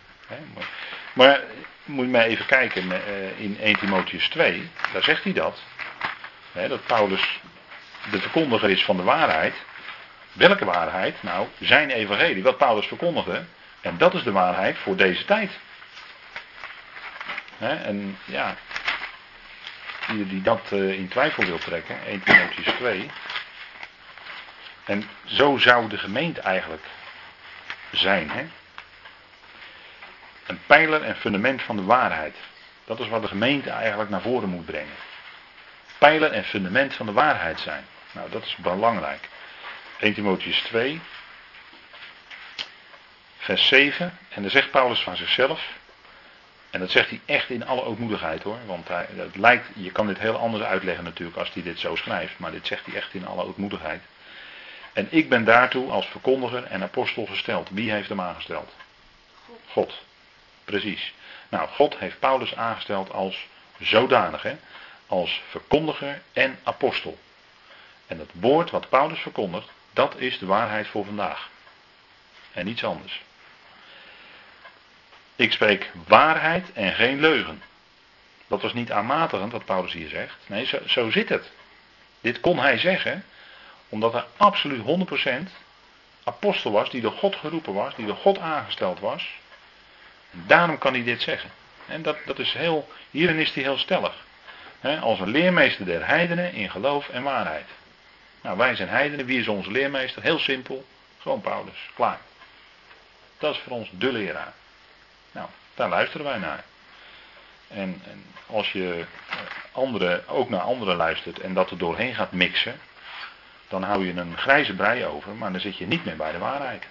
Maar moet je maar even kijken in 1 Timotheüs 2, daar zegt hij dat. Dat Paulus de verkondiger is van de waarheid. Welke waarheid? Nou, zijn evangelie, wat Paulus verkondigde. En dat is de waarheid voor deze tijd. En ja, die dat in twijfel wil trekken, 1 Timotheüs 2. En zo zou de gemeente eigenlijk zijn. Een pijler en fundament van de waarheid. Dat is wat de gemeente eigenlijk naar voren moet brengen. Pijler en fundament van de waarheid zijn. Nou, dat is belangrijk. 1 Timotheüs 2, vers 7. En dan zegt Paulus van zichzelf. En dat zegt hij echt in alle ootmoedigheid hoor. Want het lijkt, je kan dit heel anders uitleggen natuurlijk als hij dit zo schrijft. Maar dit zegt hij echt in alle ootmoedigheid. En ik ben daartoe als verkondiger en apostel gesteld. Wie heeft hem aangesteld? God. Precies. Nou, God heeft Paulus aangesteld als zodanig, als verkondiger en apostel. En het woord wat Paulus verkondigt, dat is de waarheid voor vandaag. En niets anders. Ik spreek waarheid en geen leugen. Dat was niet aanmatigend wat Paulus hier zegt. Nee, zo zit het. Dit kon hij zeggen, omdat hij absoluut 100% apostel was, die door God geroepen was, die door God aangesteld was. En daarom kan hij dit zeggen. En dat is hierin is hij heel stellig. Als een leermeester der heidenen in geloof en waarheid. Nou, wij zijn heidenen, wie is onze leermeester? Heel simpel, gewoon Paulus, klaar. Dat is voor ons de leraar. Nou, daar luisteren wij naar. En als je ook naar anderen luistert en dat er doorheen gaat mixen, dan hou je een grijze brei over, maar dan zit je niet meer bij de waarheid.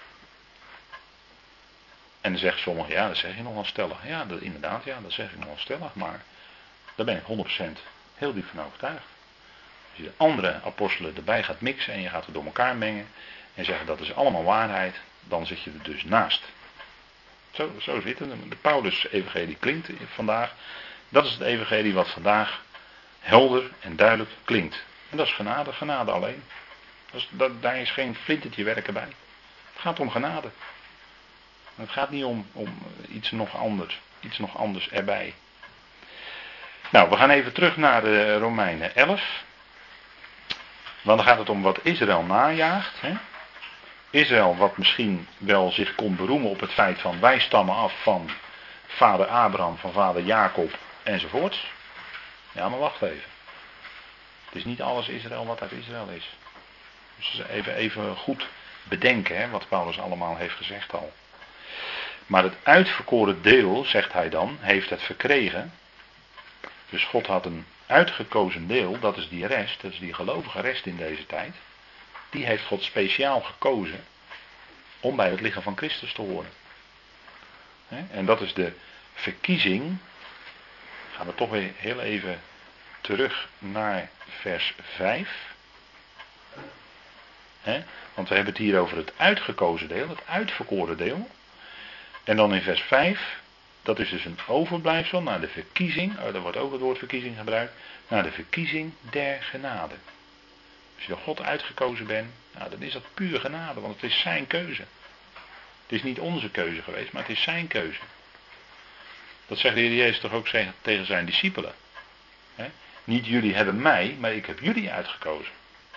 En dan zeggen sommigen, ja, dat zeg je nogal stellig. Ja, inderdaad, ja, dat zeg ik nogal stellig, maar daar ben ik 100% heel diep van overtuigd. Als je de andere apostelen erbij gaat mixen en je gaat het door elkaar mengen en zeggen dat is allemaal waarheid, dan zit je er dus naast. Zo zit het. De Paulus-evangelie klinkt vandaag. Dat is het evangelie wat vandaag helder en duidelijk klinkt. En dat is genade, genade alleen. Daar is geen flintertje werken bij. Het gaat om genade. Het gaat niet om iets nog anders erbij. Nou, we gaan even terug naar de Romeinen 11. Want dan gaat het om wat Israël najaagt. Hè? Israël wat misschien wel zich kon beroemen op het feit van wij stammen af van vader Abraham, van vader Jacob enzovoorts. Ja, maar wacht even. Het is niet alles Israël wat uit Israël is. Dus even goed bedenken hè, wat Paulus allemaal heeft gezegd al. Maar het uitverkoren deel, zegt hij dan, heeft het verkregen. Dus God had een uitgekozen deel, dat is die rest, dat is die gelovige rest in deze tijd. Die heeft God speciaal gekozen om bij het lichaam van Christus te horen. En dat is de verkiezing. Gaan we toch weer heel even terug naar vers 5. Want we hebben het hier over het uitgekozen deel, het uitverkoren deel. En dan in vers 5, dat is dus een overblijfsel naar de verkiezing, daar wordt ook het woord verkiezing gebruikt, naar de verkiezing der genade. Als je door God uitgekozen bent, nou, dan is dat puur genade, want het is zijn keuze. Het is niet onze keuze geweest, maar het is zijn keuze. Dat zegt de Heer Jezus toch ook tegen zijn discipelen. Niet jullie hebben mij, maar ik heb jullie uitgekozen.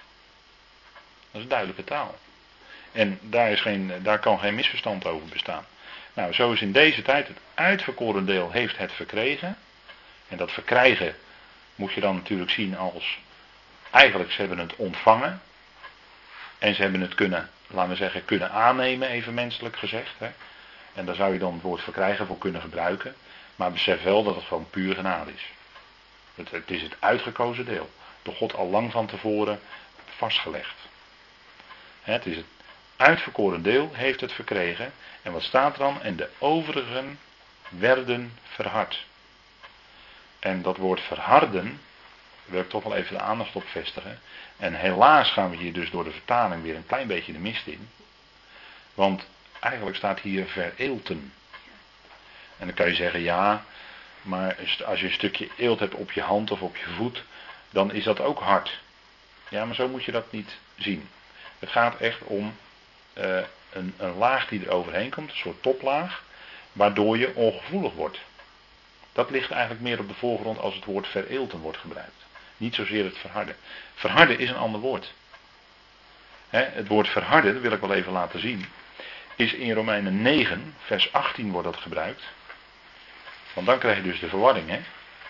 Dat is duidelijke taal. En daar kan geen misverstand over bestaan. Nou, zo is in deze tijd het uitverkoren deel heeft het verkregen. En dat verkrijgen moet je dan natuurlijk zien als, eigenlijk ze hebben het ontvangen. En ze hebben het kunnen aannemen, even menselijk gezegd. Hè. En daar zou je dan het woord verkrijgen voor kunnen gebruiken. Maar besef wel dat het gewoon puur genade is. Het is het uitgekozen deel. Door God al lang van tevoren vastgelegd. Het is het uitverkoren deel heeft het verkregen. En wat staat er dan? En de overigen werden verhard. En dat woord verharden, daar wil ik toch wel even de aandacht op vestigen. En helaas gaan we hier dus door de vertaling weer een klein beetje de mist in. Want eigenlijk staat hier vereelten. En dan kan je zeggen, ja, maar als je een stukje eelt hebt op je hand of op je voet, dan is dat ook hard. Ja, maar zo moet je dat niet zien. Het gaat echt om een laag die er overheen komt, een soort toplaag, waardoor je ongevoelig wordt. Dat ligt eigenlijk meer op de voorgrond als het woord vereelten wordt gebruikt. Niet zozeer het verharden. Verharden is een ander woord. Het woord verharden, dat wil ik wel even laten zien, is in Romeinen 9, vers 18 wordt dat gebruikt. Want dan krijg je dus de verwarring. Hè?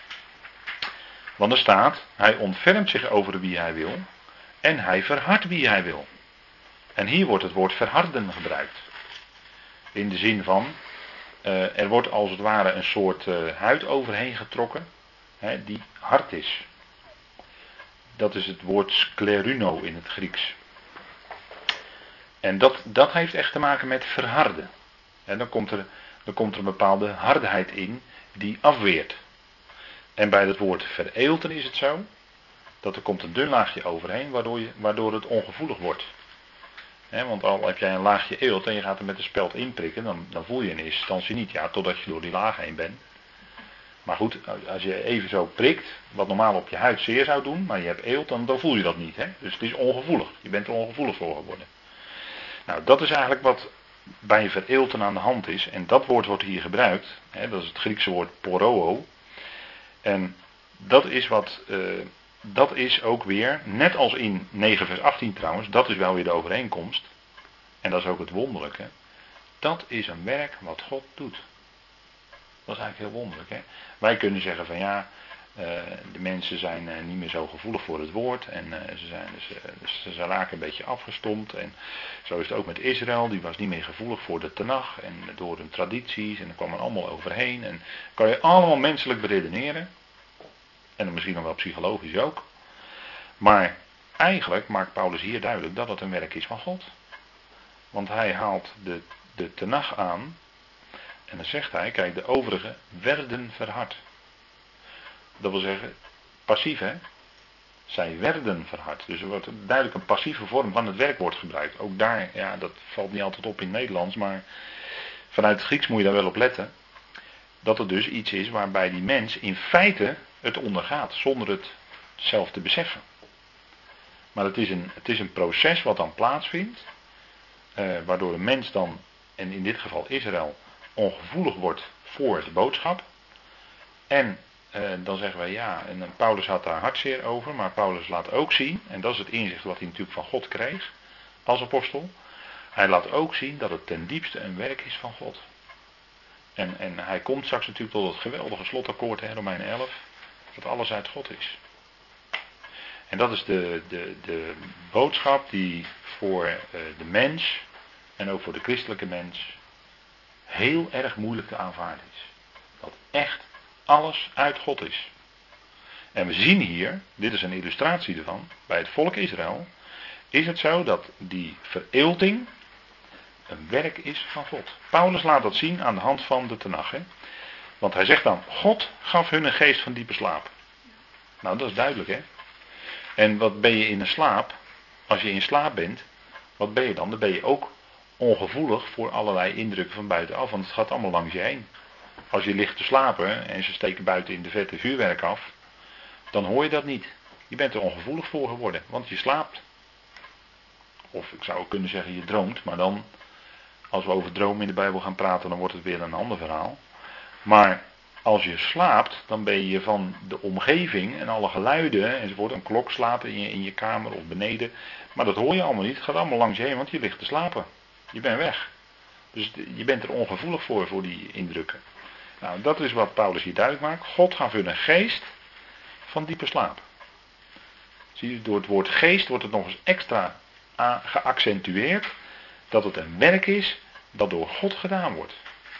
Want er staat, hij ontfermt zich over wie hij wil en hij verhardt wie hij wil. En hier wordt het woord verharden gebruikt. In de zin van, er wordt als het ware een soort huid overheen getrokken, die hard is. Dat is het woord skleruno in het Grieks. En dat heeft echt te maken met verharden. En dan komt er een bepaalde hardheid in die afweert. En bij het woord vereelten is het zo, dat er komt een dun laagje overheen waardoor het ongevoelig wordt. Want al heb jij een laagje eelt en je gaat er met de speld inprikken, dan voel je in eerste instantie niet, ja, totdat je door die laag heen bent. Maar goed, als je even zo prikt, wat normaal op je huid zeer zou doen, maar je hebt eelt, dan voel je dat niet. Hè? Dus het is ongevoelig, je bent er ongevoelig voor geworden. Nou, dat is eigenlijk wat bij vereelten aan de hand is. En dat woord wordt hier gebruikt, dat is het Griekse woord poroo. En dat is ook weer, net als in 9 vers 18 trouwens, dat is wel weer de overeenkomst. En dat is ook het wonderlijke. Dat is een werk wat God doet. Dat is eigenlijk heel wonderlijk. Hè? Wij kunnen zeggen van ja, De mensen zijn niet meer zo gevoelig voor het woord en ze raken een beetje afgestompt. En zo is het ook met Israël, die was niet meer gevoelig voor de Tenach en door hun tradities en daar kwam er allemaal overheen. En kan je allemaal menselijk beredeneren en misschien nog wel psychologisch ook. Maar eigenlijk maakt Paulus hier duidelijk dat het een werk is van God. Want hij haalt de Tenach aan en dan zegt hij, kijk, de overigen werden verhard. Dat wil zeggen, passief hè. Zij werden verhard. Dus er wordt duidelijk een passieve vorm van het werkwoord gebruikt. Ook daar, ja, dat valt niet altijd op in het Nederlands, maar vanuit het Grieks moet je daar wel op letten. Dat er dus iets is waarbij die mens in feite het ondergaat, zonder het zelf te beseffen. Maar het is een proces wat dan plaatsvindt, waardoor een mens dan, en in dit geval Israël, ongevoelig wordt voor de boodschap. En dan zeggen wij ja, en Paulus had daar hartzeer over, maar Paulus laat ook zien, en dat is het inzicht wat hij natuurlijk van God kreeg als apostel. Hij laat ook zien dat het ten diepste een werk is van God. En hij komt straks natuurlijk tot het geweldige slotakkoord, Romeinen 11, dat alles uit God is. En dat is de boodschap die voor de mens en ook voor de christelijke mens heel erg moeilijk te aanvaarden is. Dat echt alles uit God is. En we zien hier, dit is een illustratie ervan, bij het volk Israël is het zo dat die vereelting een werk is van God. Paulus laat dat zien aan de hand van de Tenach. Hè? Want hij zegt dan, God gaf hun een geest van diepe slaap. Nou, dat is duidelijk hè. En wat ben je in een slaap? Als je in slaap bent, wat ben je dan? Dan ben je ook ongevoelig voor allerlei indrukken van buitenaf, want het gaat allemaal langs je heen. Als je ligt te slapen en ze steken buiten in de vette vuurwerk af, dan hoor je dat niet. Je bent er ongevoelig voor geworden, want je slaapt. Of ik zou ook kunnen zeggen je droomt, maar dan, als we over dromen in de Bijbel gaan praten, dan wordt het weer een ander verhaal. Maar als je slaapt, dan ben je van de omgeving en alle geluiden enzovoort, een klok slaat in je kamer of beneden, maar dat hoor je allemaal niet, het gaat allemaal langs je heen, want je ligt te slapen. Je bent weg. Dus je bent er ongevoelig voor die indrukken. Nou, dat is wat Paulus hier duidelijk maakt. God gaf hun een geest van diepe slaap. Zie je, door het woord geest wordt het nog eens extra geaccentueerd dat het een werk is dat door God gedaan wordt.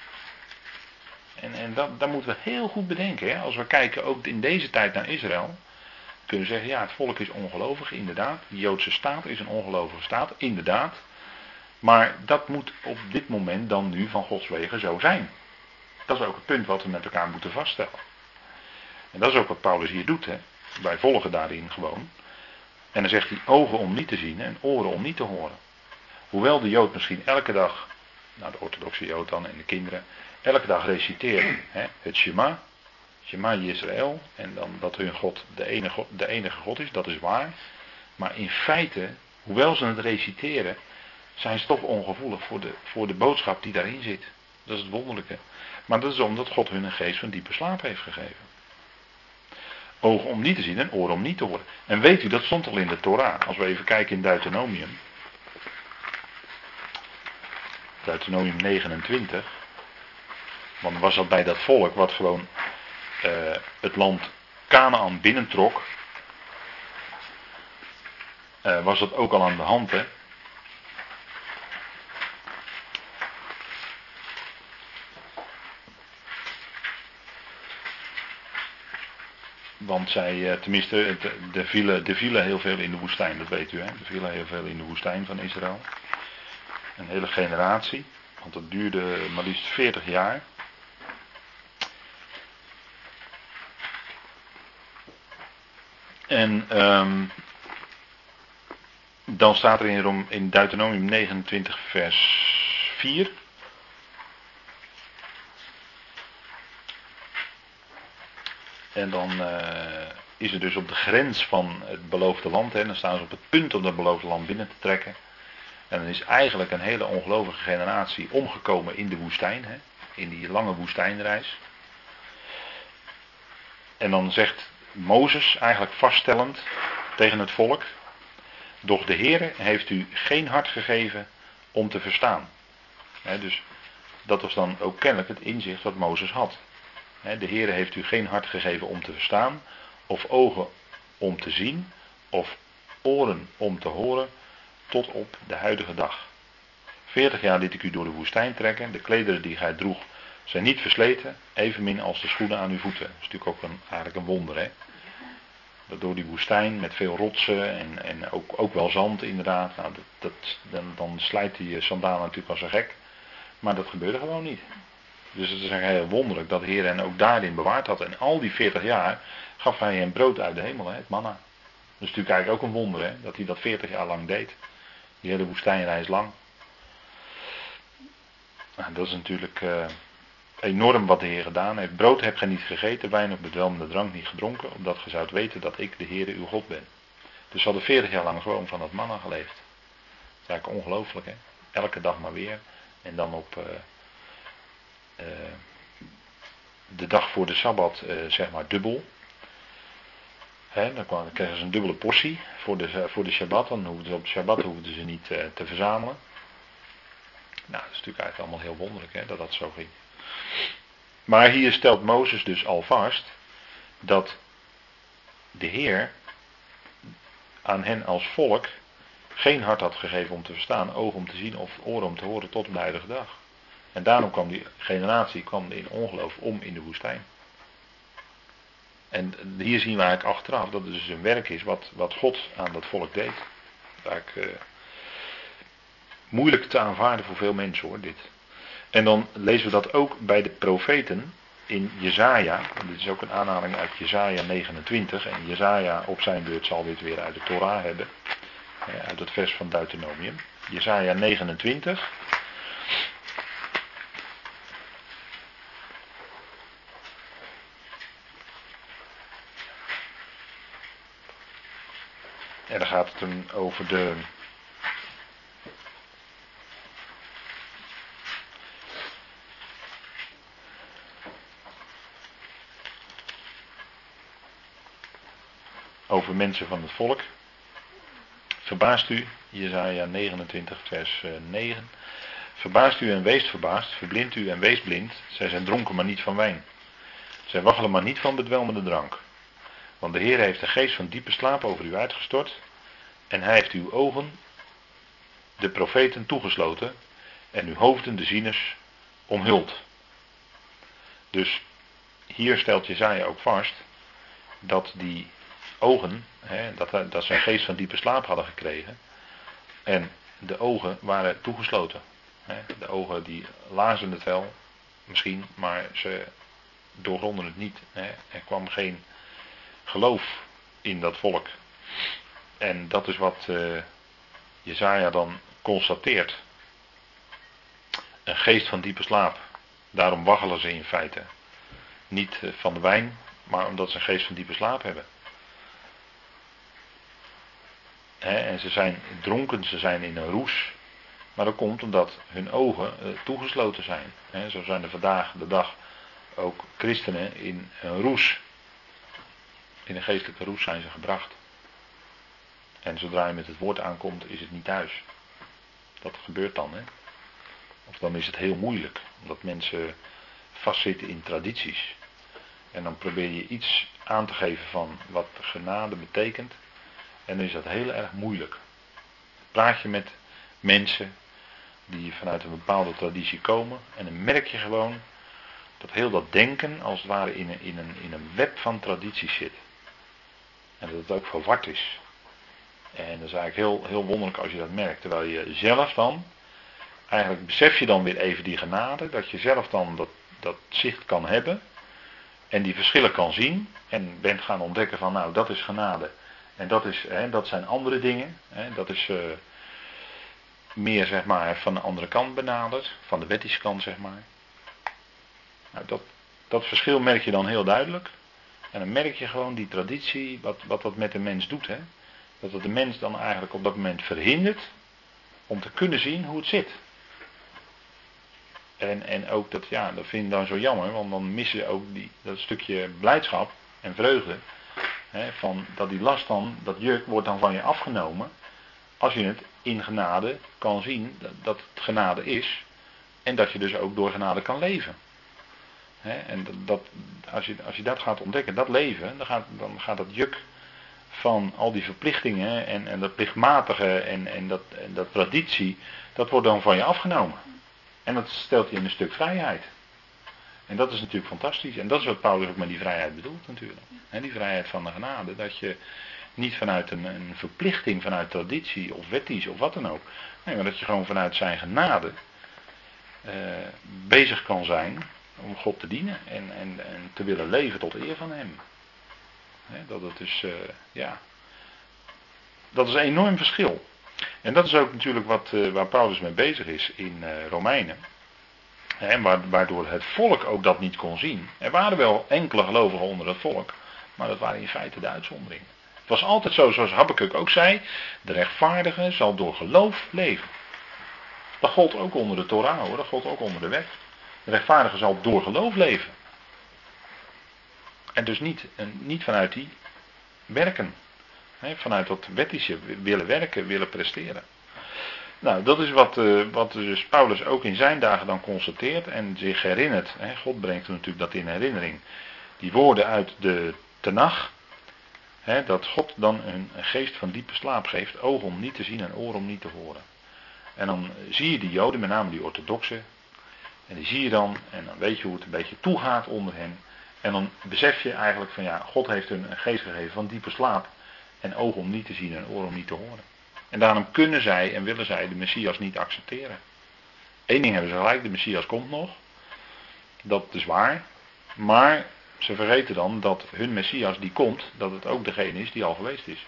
En dat moeten we heel goed bedenken. Hè? Als we kijken ook in deze tijd naar Israël, kunnen we zeggen, ja, het volk is ongelovig, inderdaad. De Joodse staat is een ongelovige staat, inderdaad. Maar dat moet op dit moment dan nu van Gods wegen zo zijn. Dat is ook het punt wat we met elkaar moeten vaststellen. En dat is ook wat Paulus hier doet. Hè? Wij volgen daarin gewoon. En dan zegt hij ogen om niet te zien en oren om niet te horen. Hoewel de Jood misschien elke dag, nou de orthodoxe Jood dan en de kinderen, elke dag reciteren het Shema, Shema Yisrael, en dan dat hun God de enige God is, dat is waar. Maar in feite, hoewel ze het reciteren, zijn ze toch ongevoelig voor de boodschap die daarin zit. Dat is het wonderlijke. Maar dat is omdat God hun een geest van diepe slaap heeft gegeven. Ogen om niet te zien en oren om niet te horen. En weet u, dat stond al in de Torah. Als we even kijken in Deuteronomium. Deuteronomium 29. Want was dat bij dat volk wat gewoon het land Kanaan binnentrok. Was dat ook al aan de hand, hè? Want zij, tenminste, er vielen heel veel in de woestijn, dat weet u, hè? Er vielen heel veel in de woestijn van Israël. Een hele generatie, want dat duurde maar liefst 40 jaar. En dan staat er in Deuteronomium 29 vers 4... En dan is er dus op de grens van het beloofde land, hè, dan staan ze op het punt om het beloofde land binnen te trekken. En dan is eigenlijk een hele ongelovige generatie omgekomen in de woestijn, hè, in die lange woestijnreis. En dan zegt Mozes eigenlijk vaststellend tegen het volk: doch de Heere heeft u geen hart gegeven om te verstaan. Dus dat was dan ook kennelijk het inzicht wat Mozes had. De Heere heeft u geen hart gegeven om te verstaan, of ogen om te zien, of oren om te horen, tot op de huidige dag. 40 jaar liet ik u door de woestijn trekken, de klederen die gij droeg zijn niet versleten, evenmin als de schoenen aan uw voeten. Dat is natuurlijk ook eigenlijk een wonder, hè. Dat door die woestijn met veel rotsen en ook wel zand inderdaad, nou, dan slijt die sandalen natuurlijk als een gek. Maar dat gebeurde gewoon niet. Dus het is eigenlijk heel wonderlijk dat de Heer hen ook daarin bewaard had. En al die 40 jaar gaf hij hen brood uit de hemel, hè, het manna. Dat is natuurlijk eigenlijk ook een wonder, hè, dat hij dat 40 jaar lang deed. Die hele woestijnreis lang. Nou, dat is natuurlijk enorm wat de Heer gedaan heeft. Brood heb gij niet gegeten, wijn of bedwelmende drank niet gedronken, opdat ge zoudt weten dat ik de Heere uw God ben. Dus ze hadden 40 jaar lang gewoon van dat manna geleefd. Dat is eigenlijk ongelooflijk, hè. Elke dag maar weer. En dan op de dag voor de Sabbat zeg maar dubbel. Dan kregen ze een dubbele portie voor de Shabbat. Dan hoefden ze op de Shabbat hoefden ze niet te verzamelen. Nou, dat is natuurlijk eigenlijk allemaal heel wonderlijk, hè, dat dat zo ging. Maar hier stelt Mozes dus al vast dat de Heer aan hen als volk geen hart had gegeven om te verstaan, ogen om te zien of oren om te horen tot op de huidige dag. En daarom kwam die generatie in ongeloof om in de woestijn. En hier zien we eigenlijk achteraf dat het dus een werk is wat God aan dat volk deed. Dat is eigenlijk moeilijk te aanvaarden voor veel mensen, hoor, dit. En dan lezen we dat ook bij de profeten in Jesaja. Dit is ook een aanhaling uit Jesaja 29. En Jesaja op zijn beurt zal dit weer uit de Torah hebben. Uit het vers van Deuteronomium. Jesaja 29. En dan gaat het hem over over mensen van het volk. Verbaast u, Jesaja 29 vers 9. Verbaast u en wees verbaasd, verblindt u en wees blind. Zij zijn dronken maar niet van wijn. Zij waggelen maar niet van bedwelmende drank. Want de Heer heeft de geest van diepe slaap over u uitgestort. En hij heeft uw ogen, de profeten, toegesloten. En uw hoofden, de zieners, omhuld. Dus hier stelt Jesaja ook vast dat die ogen, dat ze een geest van diepe slaap hadden gekregen. En de ogen waren toegesloten. De ogen die lazen het wel, misschien, maar ze doorgronden het niet. Er kwam geen geloof in dat volk. En dat is wat Jesaja dan constateert. Een geest van diepe slaap. Daarom waggelen ze in feite. Niet van de wijn, maar omdat ze een geest van diepe slaap hebben. En ze zijn dronken, ze zijn in een roes. Maar dat komt omdat hun ogen toegesloten zijn. Zo zijn er vandaag de dag ook christenen in een roes. In een geestelijke roes zijn ze gebracht. En zodra je met het woord aankomt, is het niet thuis. Dat gebeurt dan, hè. Of dan is het heel moeilijk. Omdat mensen vastzitten in tradities. En dan probeer je iets aan te geven van wat genade betekent. En dan is dat heel erg moeilijk. Praat je met mensen die vanuit een bepaalde traditie komen. En dan merk je gewoon dat heel dat denken als het ware in een web van tradities zit. En dat het ook verward is. En dat is eigenlijk heel, heel wonderlijk als je dat merkt. Terwijl je zelf dan, eigenlijk besef je dan weer even die genade. Dat je zelf dan dat zicht kan hebben. En die verschillen kan zien. En bent gaan ontdekken van nou dat is genade. En dat zijn andere dingen. Dat is meer zeg maar van de andere kant benaderd. Van de wettische kant zeg maar. Nou, dat verschil merk je dan heel duidelijk. En dan merk je gewoon die traditie, wat dat met de mens doet. Hè? Dat het de mens dan eigenlijk op dat moment verhindert om te kunnen zien hoe het zit. En ook dat vind ik dan zo jammer, want dan mis je ook dat stukje blijdschap en vreugde. Hè, van dat die last dan, dat juk wordt dan van je afgenomen. Als je het in genade kan zien dat het genade is. En dat je dus ook door genade kan leven. En als je dat gaat ontdekken, dat leven, dan gaat dat juk van al die verplichtingen en dat plichtmatige en dat traditie, dat wordt dan van je afgenomen. En dat stelt je in een stuk vrijheid. En dat is natuurlijk fantastisch. En dat is wat Paulus ook met die vrijheid bedoelt natuurlijk. Die vrijheid van de genade. Dat je niet vanuit een verplichting, vanuit traditie of wettisch of wat dan ook. Nee, maar dat je gewoon vanuit zijn genade bezig kan zijn om God te dienen. En te willen leven tot eer van hem. Dat het dus, dat is een enorm verschil. En dat is ook natuurlijk waar Paulus mee bezig is in Romeinen. Waardoor het volk ook dat niet kon zien. Er waren wel enkele gelovigen onder het volk, maar dat waren in feite de uitzonderingen. Het was altijd zo, zoals Habakuk ook zei, de rechtvaardige zal door geloof leven. Dat gold ook onder de Torah hoor, dat gold ook onder de wet. De rechtvaardige zal door geloof leven. En dus niet vanuit die werken. Vanuit dat wettische willen werken, willen presteren. Nou, dat is wat dus Paulus ook in zijn dagen dan constateert en zich herinnert. God brengt hem natuurlijk dat in herinnering. Die woorden uit de Tenach. Dat God dan een geest van diepe slaap geeft. Ogen om niet te zien en oren om niet te horen. En dan zie je die Joden, met name die orthodoxen. En die zie je dan en dan weet je hoe het een beetje toegaat onder hen. En dan besef je eigenlijk van ja, God heeft hun een geest gegeven van diepe slaap. En ogen om niet te zien en oren om niet te horen. En daarom kunnen zij en willen zij de Messias niet accepteren. Eén ding hebben ze gelijk, de Messias komt nog. Dat is waar. Maar ze vergeten dan dat hun Messias die komt, dat het ook degene is die al geweest is.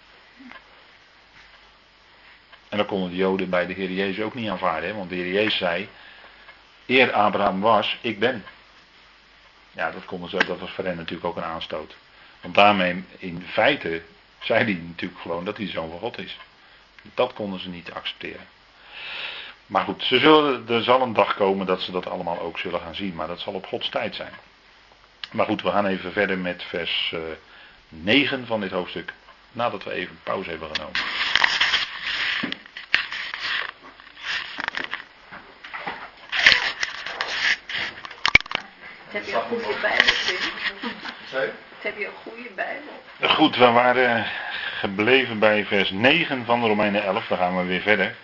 En dat konden de Joden bij de Heer Jezus ook niet aanvaarden. Want de Heer Jezus zei, eer Abraham was, ik ben. Ja, dat was voor hen natuurlijk ook een aanstoot. Want daarmee in feite zei hij natuurlijk gewoon dat hij de Zoon van God is. Dat konden ze niet accepteren. Maar goed, er zal een dag komen dat ze dat allemaal ook zullen gaan zien. Maar dat zal op Gods tijd zijn. Maar goed, we gaan even verder met vers 9 van dit hoofdstuk. Nadat we even pauze hebben genomen. Heb je een goede Bijbel, Tim? Sorry? Heb je een goede Bijbel? Goed, we waren gebleven bij vers 9 van de Romeinen 11. Daar gaan we weer verder.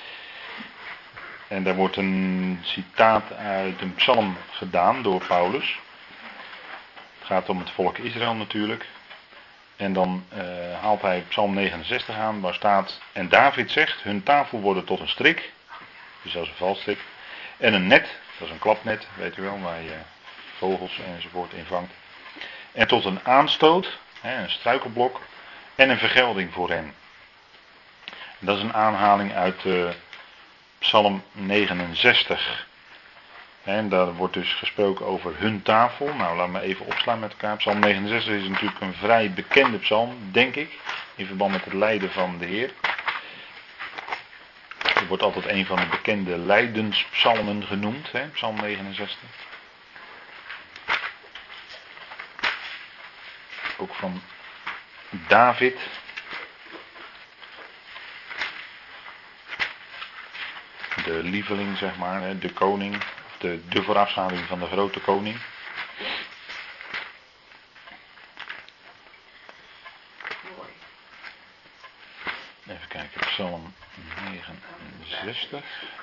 En daar wordt een citaat uit een psalm gedaan door Paulus. Het gaat om het volk Israël natuurlijk. En dan haalt hij psalm 69 aan waar staat... En David zegt, hun tafel worden tot een strik. Dus dat is een valstrik. En een net, dat is een klapnet, weet u wel, waar je vogels enzovoort in vangt. En tot een aanstoot, een struikelblok en een vergelding voor hen. Dat is een aanhaling uit Psalm 69. En daar wordt dus gesproken over hun tafel. Nou, laten we even opslaan met elkaar. Psalm 69 is natuurlijk een vrij bekende psalm, denk ik, in verband met het lijden van de Heer. Het wordt altijd een van de bekende lijdenspsalmen genoemd, Psalm 69. Ook van David. De lieveling, zeg maar, de koning. De voorafschaduwing van de grote koning. Even kijken, Psalm 69.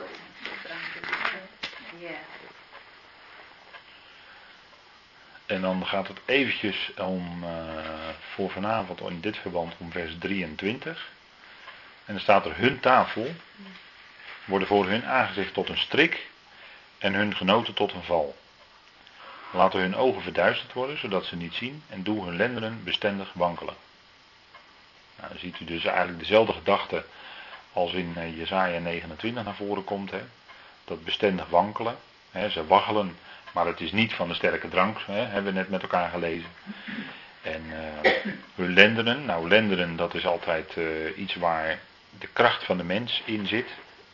En dan gaat het eventjes om, voor vanavond in dit verband om vers 23. En dan staat er hun tafel, worden voor hun aangezicht tot een strik en hun genoten tot een val. Laten hun ogen verduisterd worden, zodat ze niet zien en doe hun lendenen bestendig wankelen. Nou, dan ziet u dus eigenlijk dezelfde gedachte als in Jesaja 29 naar voren komt. Dat bestendig wankelen. Ze waggelen, maar het is niet van de sterke drank, hebben we net met elkaar gelezen. En hun lendenen, nou lendenen dat is altijd iets waar de kracht van de mens in zit.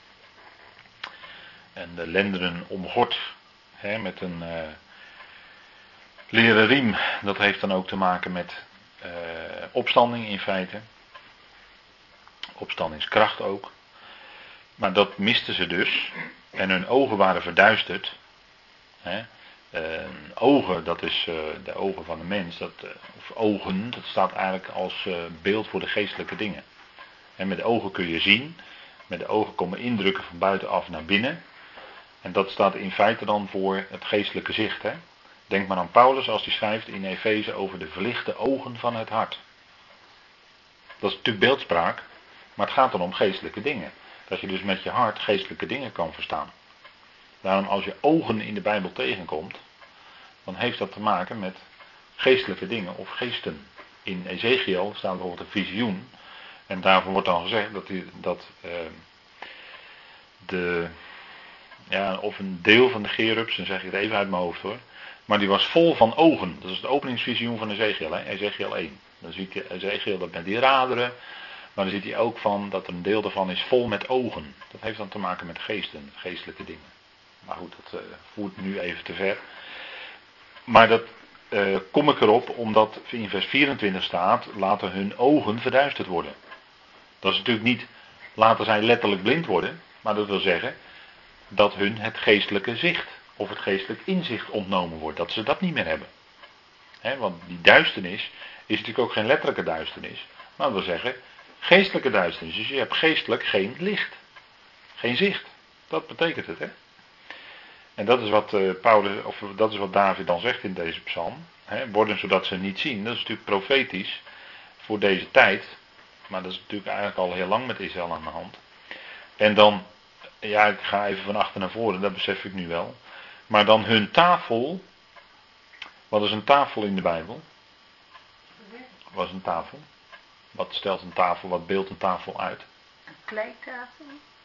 En de lendenen omgord met een leren riem, dat heeft dan ook te maken met opstanding in feite. Opstandingskracht ook. Maar dat misten ze dus. En hun ogen waren verduisterd. Ogen, dat is de ogen van de mens, of ogen, dat staat eigenlijk als beeld voor de geestelijke dingen. En met de ogen kun je zien, met de ogen komen indrukken van buitenaf naar binnen. En dat staat in feite dan voor het geestelijke zicht. Hè? Denk maar aan Paulus als hij schrijft in Efeze over de verlichte ogen van het hart. Dat is natuurlijk beeldspraak, maar het gaat dan om geestelijke dingen. Dat je dus met je hart geestelijke dingen kan verstaan. Daarom als je ogen in de Bijbel tegenkomt, dan heeft dat te maken met geestelijke dingen of geesten. In Ezekiel staat bijvoorbeeld een visioen. En daarvoor wordt dan gezegd of een deel van de Gerubs, dan zeg ik het even uit mijn hoofd hoor. Maar die was vol van ogen. Dat is het openingsvisioen van Ezekiel, hè? Ezekiel 1. Dan ziet je Ezekiel dat met die raderen. Maar dan ziet hij ook van dat er een deel daarvan is vol met ogen. Dat heeft dan te maken met geesten, geestelijke dingen. Maar goed, dat voert nu even te ver. Maar dat kom ik erop omdat in vers 24 staat, laten hun ogen verduisterd worden. Dat is natuurlijk niet, laten zij letterlijk blind worden. Maar dat wil zeggen dat hun het geestelijke zicht of het geestelijk inzicht ontnomen wordt. Dat ze dat niet meer hebben. Want die duisternis is natuurlijk ook geen letterlijke duisternis. Maar dat wil zeggen geestelijke duisternis. Dus je hebt geestelijk geen licht. Geen zicht. Dat betekent het, hè. En dat is dat is wat David dan zegt in deze psalm. Worden zodat ze niet zien. Dat is natuurlijk profetisch voor deze tijd. Maar dat is natuurlijk eigenlijk al heel lang met Israël aan de hand. En dan, ja, ik ga even van achter naar voren, dat besef ik nu wel. Maar dan hun tafel. Wat is een tafel in de Bijbel? Wat is een tafel? Wat stelt een tafel, wat beeldt een tafel uit? Een kleitafel?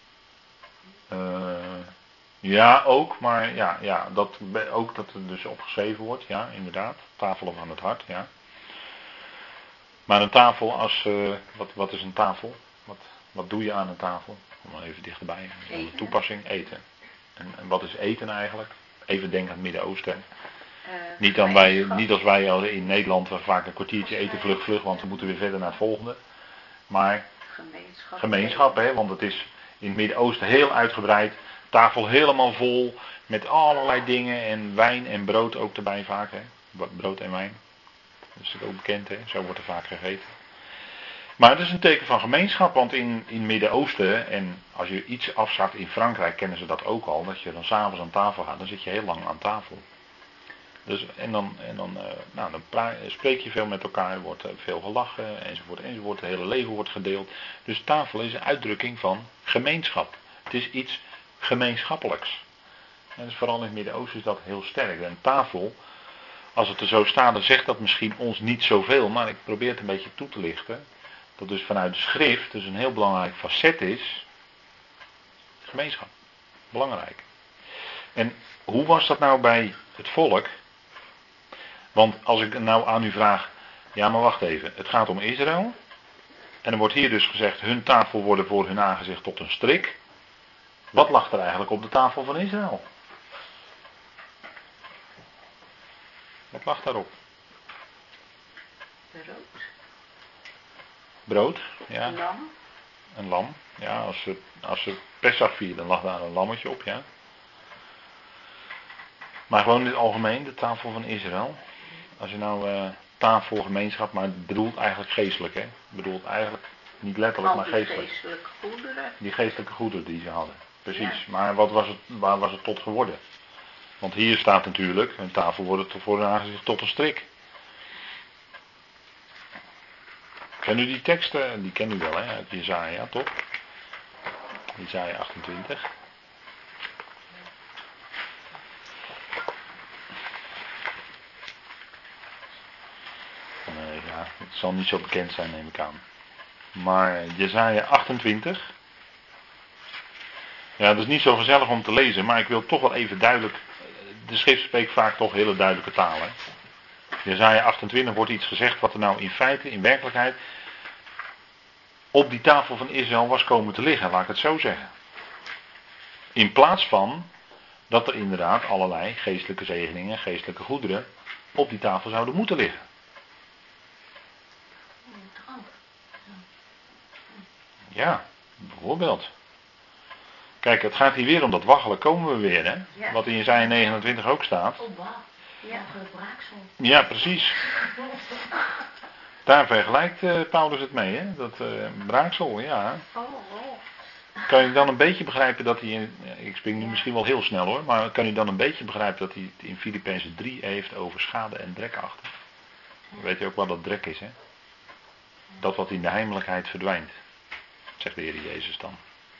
Ja, ook, maar ook dat er dus opgeschreven wordt, ja, inderdaad. Tafel aan het hart, ja. Maar een tafel wat is een tafel? Wat doe je aan een tafel? Kom maar even dichterbij. De toepassing, eten. En wat is eten eigenlijk? Even denken aan het Midden-Oosten. Niet als wij in Nederland vaak een kwartiertje eten, vlug, want we moeten weer verder naar het volgende. Maar gemeenschap, hè, want het is in het Midden-Oosten heel uitgebreid. Tafel helemaal vol met allerlei dingen en wijn en brood ook erbij vaak. Hè. Brood en wijn. Dat is natuurlijk ook bekend, hè. Zo wordt er vaak gegeten. Maar het is een teken van gemeenschap, want in het Midden-Oosten, en als je iets afzakt in Frankrijk, kennen ze dat ook al, dat je dan s'avonds aan tafel gaat, dan zit je heel lang aan tafel. Dus, dan spreek je veel met elkaar, er wordt veel gelachen, enzovoort, het hele leven wordt gedeeld. Dus tafel is een uitdrukking van gemeenschap. Het is iets gemeenschappelijks. En dus vooral in het Midden-Oosten is dat heel sterk. En tafel, als het er zo staat, dan zegt dat misschien ons niet zoveel, maar ik probeer het een beetje toe te lichten. Dat dus vanuit de schrift dus een heel belangrijk facet is. Gemeenschap. Belangrijk. En hoe was dat nou bij het volk? Want als ik nou aan u vraag, ja maar wacht even, het gaat om Israël. En er wordt hier dus gezegd, hun tafel worden voor hun aangezicht tot een strik. Wat lag er eigenlijk op de tafel van Israël? Wat lag daarop? Brood, ja. Een lam. Een lam, ja. Als ze Pesach vierden, dan lag daar een lammetje op, ja. Maar gewoon in het algemeen, de tafel van Israël. Als je nou tafelgemeenschap, maar het bedoelt eigenlijk geestelijk, hè. Het bedoelt eigenlijk niet letterlijk, maar geestelijk. Geestelijke goederen. Die geestelijke goederen die ze hadden. Precies. Ja. Maar waar was het tot geworden? Want hier staat natuurlijk, een tafel wordt voor hun aangezicht tot een strik. Ken u die teksten? Die kennen u wel, hè? Uit Jesaja, toch? Jesaja 28. Nee, ja, het zal niet zo bekend zijn, neem ik aan. Maar Jesaja 28. Ja, dat is niet zo gezellig om te lezen, maar ik wil toch wel even duidelijk. De schrift spreekt vaak toch hele duidelijke talen. Jesaja 28 wordt iets gezegd wat er nou in feite, in werkelijkheid, op die tafel van Israël was komen te liggen, laat ik het zo zeggen. In plaats van dat er inderdaad allerlei geestelijke zegeningen, geestelijke goederen op die tafel zouden moeten liggen. Ja, bijvoorbeeld. Kijk, het gaat hier weer om dat waggelen, komen we weer, hè? Ja. Wat in Jesaja 29 ook staat. Oh, wauw. Ja. Een braaksel. Ja, precies. Daar vergelijkt Paulus het mee, hè? Dat braaksel, ja. Oh. Kan je dan een beetje begrijpen dat hij, ik spring nu misschien wel heel snel hoor, maar kan je dan een beetje begrijpen dat hij het in Filippenzen 3 heeft over schade en drek achter? Dan weet je ook wat dat drek is, hè? Dat wat in de heimelijkheid verdwijnt, zegt de Heer Jezus dan.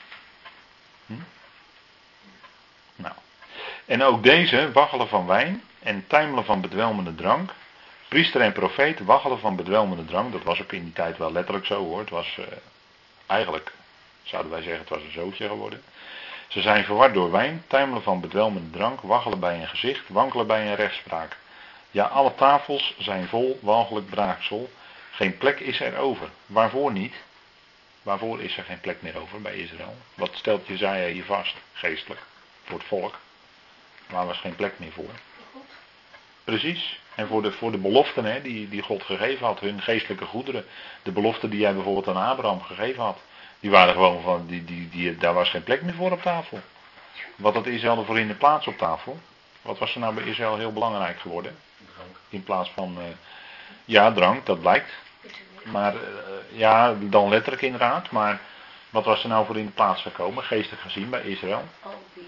Nou. En ook deze waggelen van wijn en tuimelen van bedwelmende drank. Priester en profeet waggelen van bedwelmende drank. Dat was ook in die tijd wel letterlijk zo hoor. Het was eigenlijk, zouden wij zeggen, het was een zootje geworden. Ze zijn verward door wijn, tuimelen van bedwelmende drank, waggelen bij een gezicht, wankelen bij een rechtspraak. Ja, alle tafels zijn vol walgelijk braaksel. Geen plek is er over. Waarvoor niet? Waarvoor is er geen plek meer over bij Israël? Wat stelt Jesaja hier vast, geestelijk, voor het volk? Waar was geen plek meer voor? Precies. En voor de beloften hè, die God gegeven had, hun geestelijke goederen. De beloften die hij bijvoorbeeld aan Abraham gegeven had. Die waren gewoon van, daar was geen plek meer voor op tafel. Wat had Israël ervoor in de plaats op tafel? Wat was er nou bij Israël heel belangrijk geworden? In plaats van, ja, drank, dat blijkt. Maar, ja, dan letterlijk inderdaad. Maar wat was er nou voor in de plaats gekomen, geestelijk gezien, bij Israël? Al die,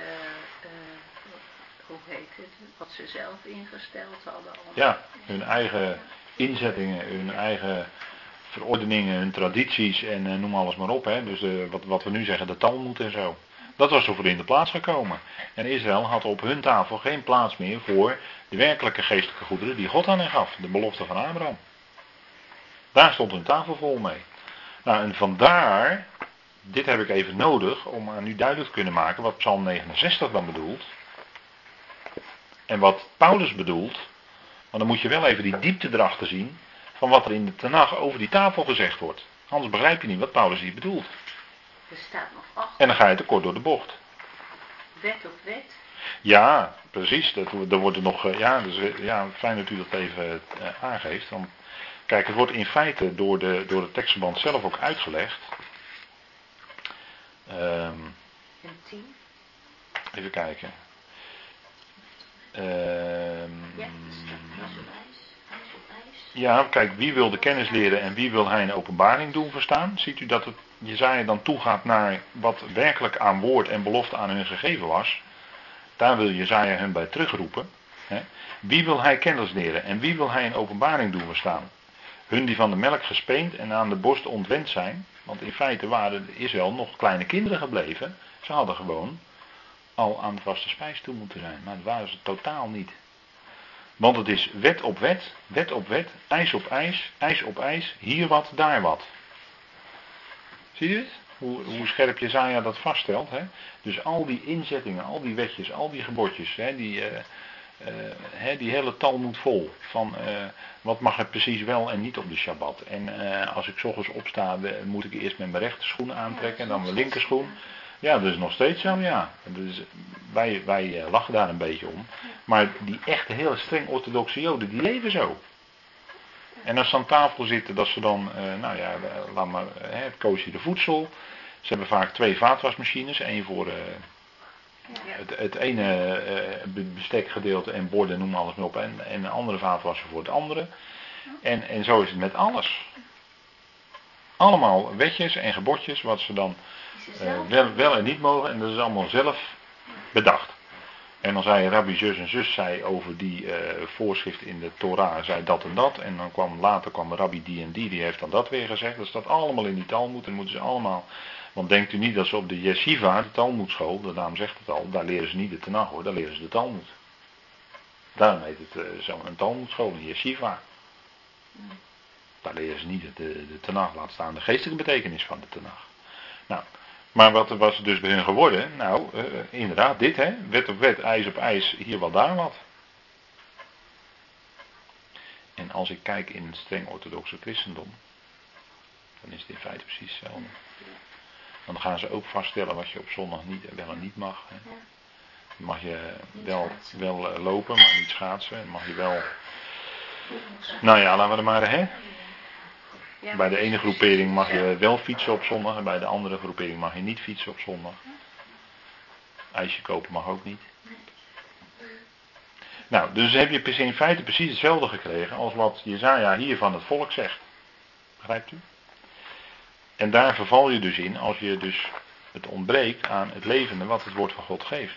hoe heet het, wat ze zelf ingesteld hadden. Ja, hun eigen inzettingen, hun eigen verordeningen, hun tradities en noem alles maar op. Hè. Dus wat we nu zeggen, de Talmud en zo. Dat was er voor in de plaats gekomen. En Israël had op hun tafel geen plaats meer voor de werkelijke geestelijke goederen die God aan hen gaf. De belofte van Abraham. Daar stond hun tafel vol mee. Nou, en vandaar, dit heb ik even nodig om aan u duidelijk te kunnen maken wat Psalm 69 dan bedoelt. En wat Paulus bedoelt. Want dan moet je wel even die diepte erachter zien van wat er in de Tenach over die tafel gezegd wordt. Anders begrijp je niet wat Paulus hier bedoelt. Er staat nog 8. En dan ga je te kort door de bocht. Wet op wet. Ja, precies. Dat wordt er nog. Ja, dus, ja, fijn dat u dat even aangeeft. Want, kijk, het wordt in feite door het tekstverband zelf ook uitgelegd. En 10. Even kijken. Ja, ijs op ijs. Ja, kijk, wie wil de kennis leren en wie wil hij een openbaring doen verstaan? Ziet u dat het Jesaja dan toegaat naar wat werkelijk aan woord en belofte aan hun gegeven was? Daar wil Jesaja hun bij terugroepen. Hè? Wie wil hij kennis leren en wie wil hij een openbaring doen verstaan? Hun die van de melk gespeend en aan de borst ontwend zijn. Want in feite waren Israël nog kleine kinderen gebleven. Ze hadden gewoon al aan de vaste spijs toe moeten zijn. Maar dat waren ze totaal niet. Want het is wet op wet, wet op wet, ijs op ijs, ijs op ijs, hier wat, daar wat. Zie je het? Hoe scherp Jesaja dat vaststelt. Hè? Dus al die inzettingen, al die wetjes, al die gebodjes, hè, die hele Talmud vol. Van wat mag er precies wel en niet op de Shabbat. En als ik 's ochtends opsta, moet ik eerst met mijn rechter schoen aantrekken en dan mijn linkerschoen. Ja, dat is nog steeds zo, ja. Dus wij lachen daar een beetje om. Maar die echte hele streng orthodoxe Joden, die leven zo. En als ze aan tafel zitten, dat ze dan, nou ja, laat maar, het koosje voedsel. Ze hebben vaak 2 vaatwasmachines. Één voor het ene bestekgedeelte en borden, noem alles maar op. En een andere vaatwasser voor het andere. En zo is het met alles. Allemaal wetjes en gebodjes, wat ze dan wel en niet mogen. En dat is allemaal zelf bedacht. En dan zei Rabbi zus en zus zei over die voorschrift in de Torah, zei dat en dat. En dan later kwam Rabbi die en die heeft dan dat weer gezegd. Dat staat allemaal in die Talmud. En moeten ze allemaal. Want denkt u niet dat ze op de Yeshiva, de Talmudschool, de naam zegt het al, daar leren ze niet de Tenach hoor, daar leren ze de Talmud. Daarom heet het zo'n Talmudschool, een Yeshiva. Daar leren ze niet de Tenach, laat staan de geestelijke betekenis van de Tenach. Nou, maar wat was het dus bij hun geworden? Nou, inderdaad dit hè, wet op wet, ijs op ijs, hier wat daar wat. En als ik kijk in het streng orthodoxe christendom, dan is het in feite precies hetzelfde. Dan gaan ze ook vaststellen wat je op zondag wel en niet mag. Hè. Dan mag je wel lopen, maar niet schaatsen. Dan mag je wel. Nou ja, laten we er maar hè. Bij de ene groepering mag je wel fietsen op zondag en bij de andere groepering mag je niet fietsen op zondag. ijsje kopen mag ook niet. Nou, dus heb je in feite precies hetzelfde gekregen als wat Jesaja hier van het volk zegt. Begrijpt u? En daar verval je dus in als je dus het ontbreekt aan het levende wat het woord van God geeft.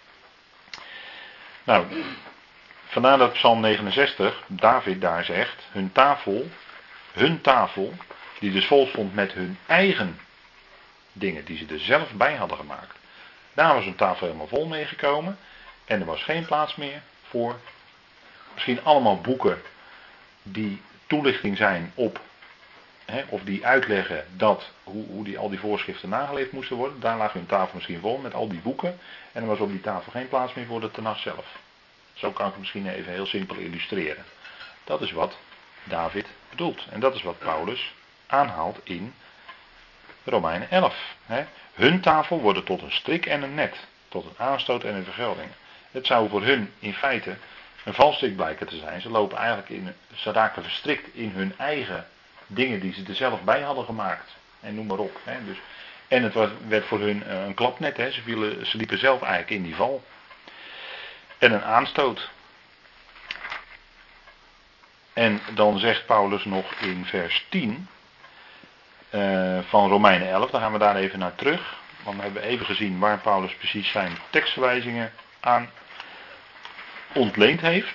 Nou, vandaar dat Psalm 69, David daar zegt, hun tafel, die dus vol stond met hun eigen dingen, die ze er zelf bij hadden gemaakt. Daar was hun tafel helemaal vol meegekomen en er was geen plaats meer voor misschien allemaal boeken die toelichting zijn op, of die uitleggen hoe al die voorschriften nageleefd moesten worden. Daar lag hun tafel misschien vol met al die boeken en er was op die tafel geen plaats meer voor de Tenach zelf. Zo kan ik het misschien even heel simpel illustreren. Dat is wat David bedoelt. En dat is wat Paulus aanhaalt in Romeinen 11. Hun tafel wordt tot een strik en een net. Tot een aanstoot en een vergelding. Het zou voor hun in feite een valstrik blijken te zijn. Ze raken verstrikt in hun eigen dingen die ze er zelf bij hadden gemaakt. En noem maar op. Dus, en het werd voor hun een klapnet. Ze liepen zelf eigenlijk in die val. En een aanstoot. En dan zegt Paulus nog in vers 10 van Romeinen 11, dan gaan we daar even naar terug. Want dan hebben we even gezien waar Paulus precies zijn tekstverwijzingen aan ontleend heeft.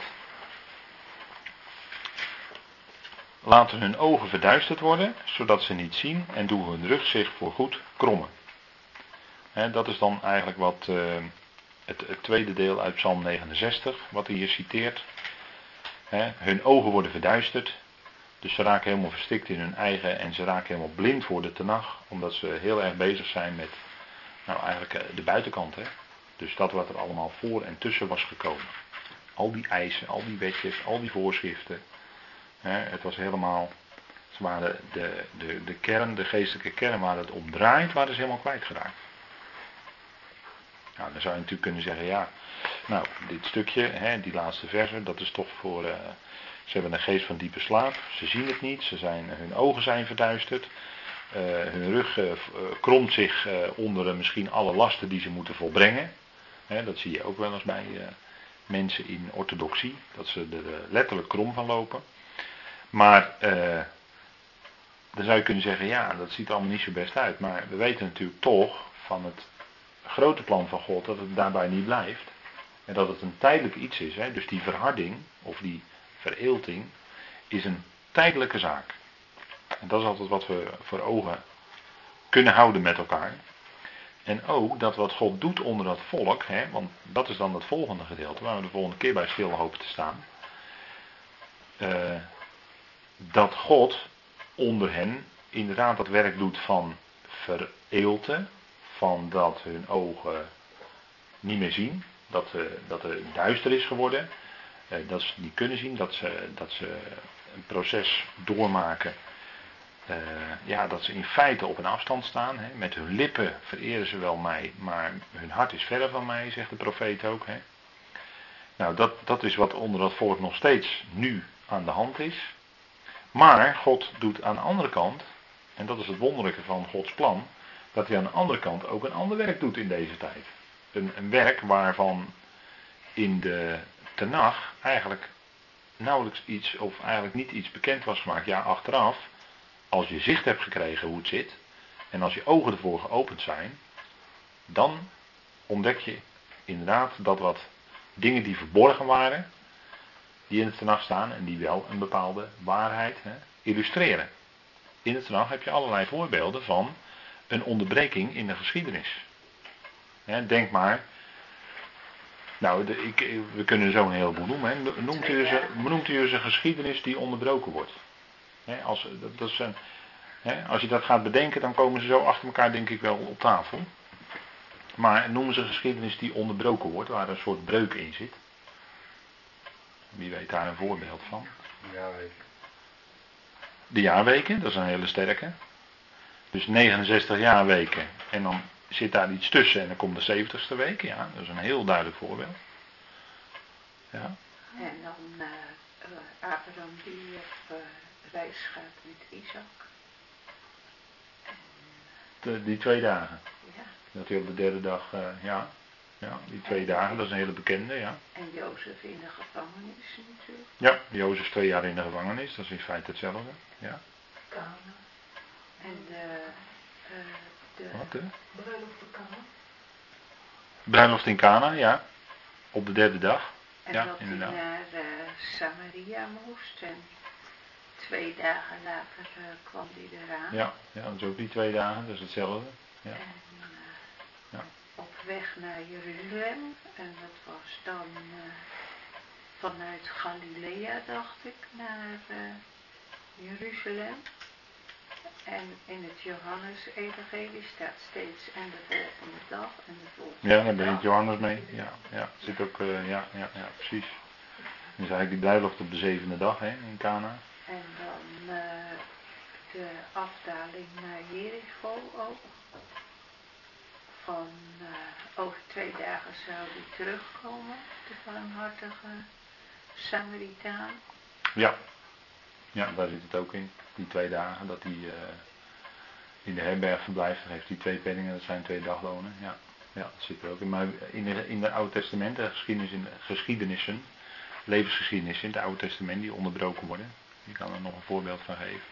Laten hun ogen verduisterd worden, zodat ze niet zien en doen hun rug zich voorgoed krommen. Dat is dan eigenlijk wat het tweede deel uit Psalm 69, wat hij hier citeert. Hun ogen worden verduisterd, dus ze raken helemaal verstikt in hun eigen en ze raken helemaal blind voor de Tenach, omdat ze heel erg bezig zijn met eigenlijk de buitenkant. Dus dat wat er allemaal voor en tussen was gekomen. Al die eisen, al die wetjes, al die voorschriften. Het was helemaal, ze waren de kern, de geestelijke kern waar het om draait, waren ze helemaal kwijtgeraakt. Nou, dan zou je natuurlijk kunnen zeggen, ja, nou, dit stukje, die laatste verse, dat is toch voor, ze hebben een geest van diepe slaap, ze zien het niet, hun ogen zijn verduisterd, hun rug kromt zich onder misschien alle lasten die ze moeten volbrengen. Dat zie je ook wel eens bij mensen in orthodoxie, dat ze er letterlijk krom van lopen. Maar dan zou je kunnen zeggen, ja, dat ziet er allemaal niet zo best uit, maar we weten natuurlijk toch van het grote plan van God dat het daarbij niet blijft. En dat het een tijdelijk iets is. Dus die verharding of die vereelting is een tijdelijke zaak. En dat is altijd wat we voor ogen kunnen houden met elkaar. En ook dat wat God doet onder dat volk, want dat is dan het volgende gedeelte waar we de volgende keer bij stil hopen te staan. Dat God onder hen inderdaad dat werk doet van vereelten. Van dat hun ogen niet meer zien, dat er duister is geworden, dat ze niet kunnen zien, dat ze een proces doormaken, dat ze in feite op een afstand staan. Met hun lippen vereren ze wel mij, maar hun hart is verre van mij, zegt de profeet ook. Nou, dat is wat onder dat volk nog steeds nu aan de hand is. Maar God doet aan de andere kant, en dat is het wonderlijke van Gods plan, dat hij aan de andere kant ook een ander werk doet in deze tijd. Een werk waarvan in de Tenach eigenlijk nauwelijks iets, of eigenlijk niet iets bekend was gemaakt. Ja, achteraf, als je zicht hebt gekregen hoe het zit, en als je ogen ervoor geopend zijn, dan ontdek je inderdaad dat wat dingen die verborgen waren, die in de Tenach staan en die wel een bepaalde waarheid illustreren. In de Tenach heb je allerlei voorbeelden van een onderbreking in de geschiedenis. Denk maar, nou, we kunnen er zo een heleboel noemen. Noemt u eens een geschiedenis die onderbroken wordt? Als je dat gaat bedenken, dan komen ze zo achter elkaar denk ik wel op tafel. Maar noemen ze een geschiedenis die onderbroken wordt, waar een soort breuk in zit. Wie weet daar een voorbeeld van? De jaarweken, dat is een hele sterke. Dus 69 jaarweken en dan zit daar iets tussen en dan komt de 70ste week. Ja, dat is een heel duidelijk voorbeeld. Ja. En dan Abraham die op reis gaat met Isaac. Die 2 dagen. Ja. Dat hij op de derde dag, ja. Ja, die 2 dagen, dat is een hele bekende, ja. En Jozef in de gevangenis natuurlijk. Ja, Jozef 2 jaar in de gevangenis, dat is in feite hetzelfde. Ja. Kana. En de Wat, hè? bruiloft van Kana. Bruiloft in Cana, ja. Op de 3e dag. En Ja, dat hij inderdaad. naar Samaria moest. En 2 dagen later kwam hij eraan. Ja, ja, dat is ook die 2 dagen, dat is hetzelfde. Ja. En Ja. op weg naar Jeruzalem. En dat was dan vanuit Galilea, dacht ik, naar Jeruzalem. En in het Johannes-evangelie staat steeds en de volgende dag en de volgende Ja, daar begint dag. Johannes mee. Ja, ja, zit ook, ja, precies. Dus eigenlijk die bruiloft op de 7e dag, hè, in Cana. En dan de afdaling naar Jericho ook. Van over 2 dagen zou die terugkomen, de barmhartige Samaritaan. Ja. Ja, daar zit het ook in. Die 2 dagen dat hij in de herberg verblijft, dan heeft hij 2 penningen, dat zijn 2 daglonen. Ja, ja, dat zit er ook in. Maar in de Oude Testament, de geschiedenissen, levensgeschiedenissen in het Oude Testament, die onderbroken worden. Je kan er nog een voorbeeld van geven.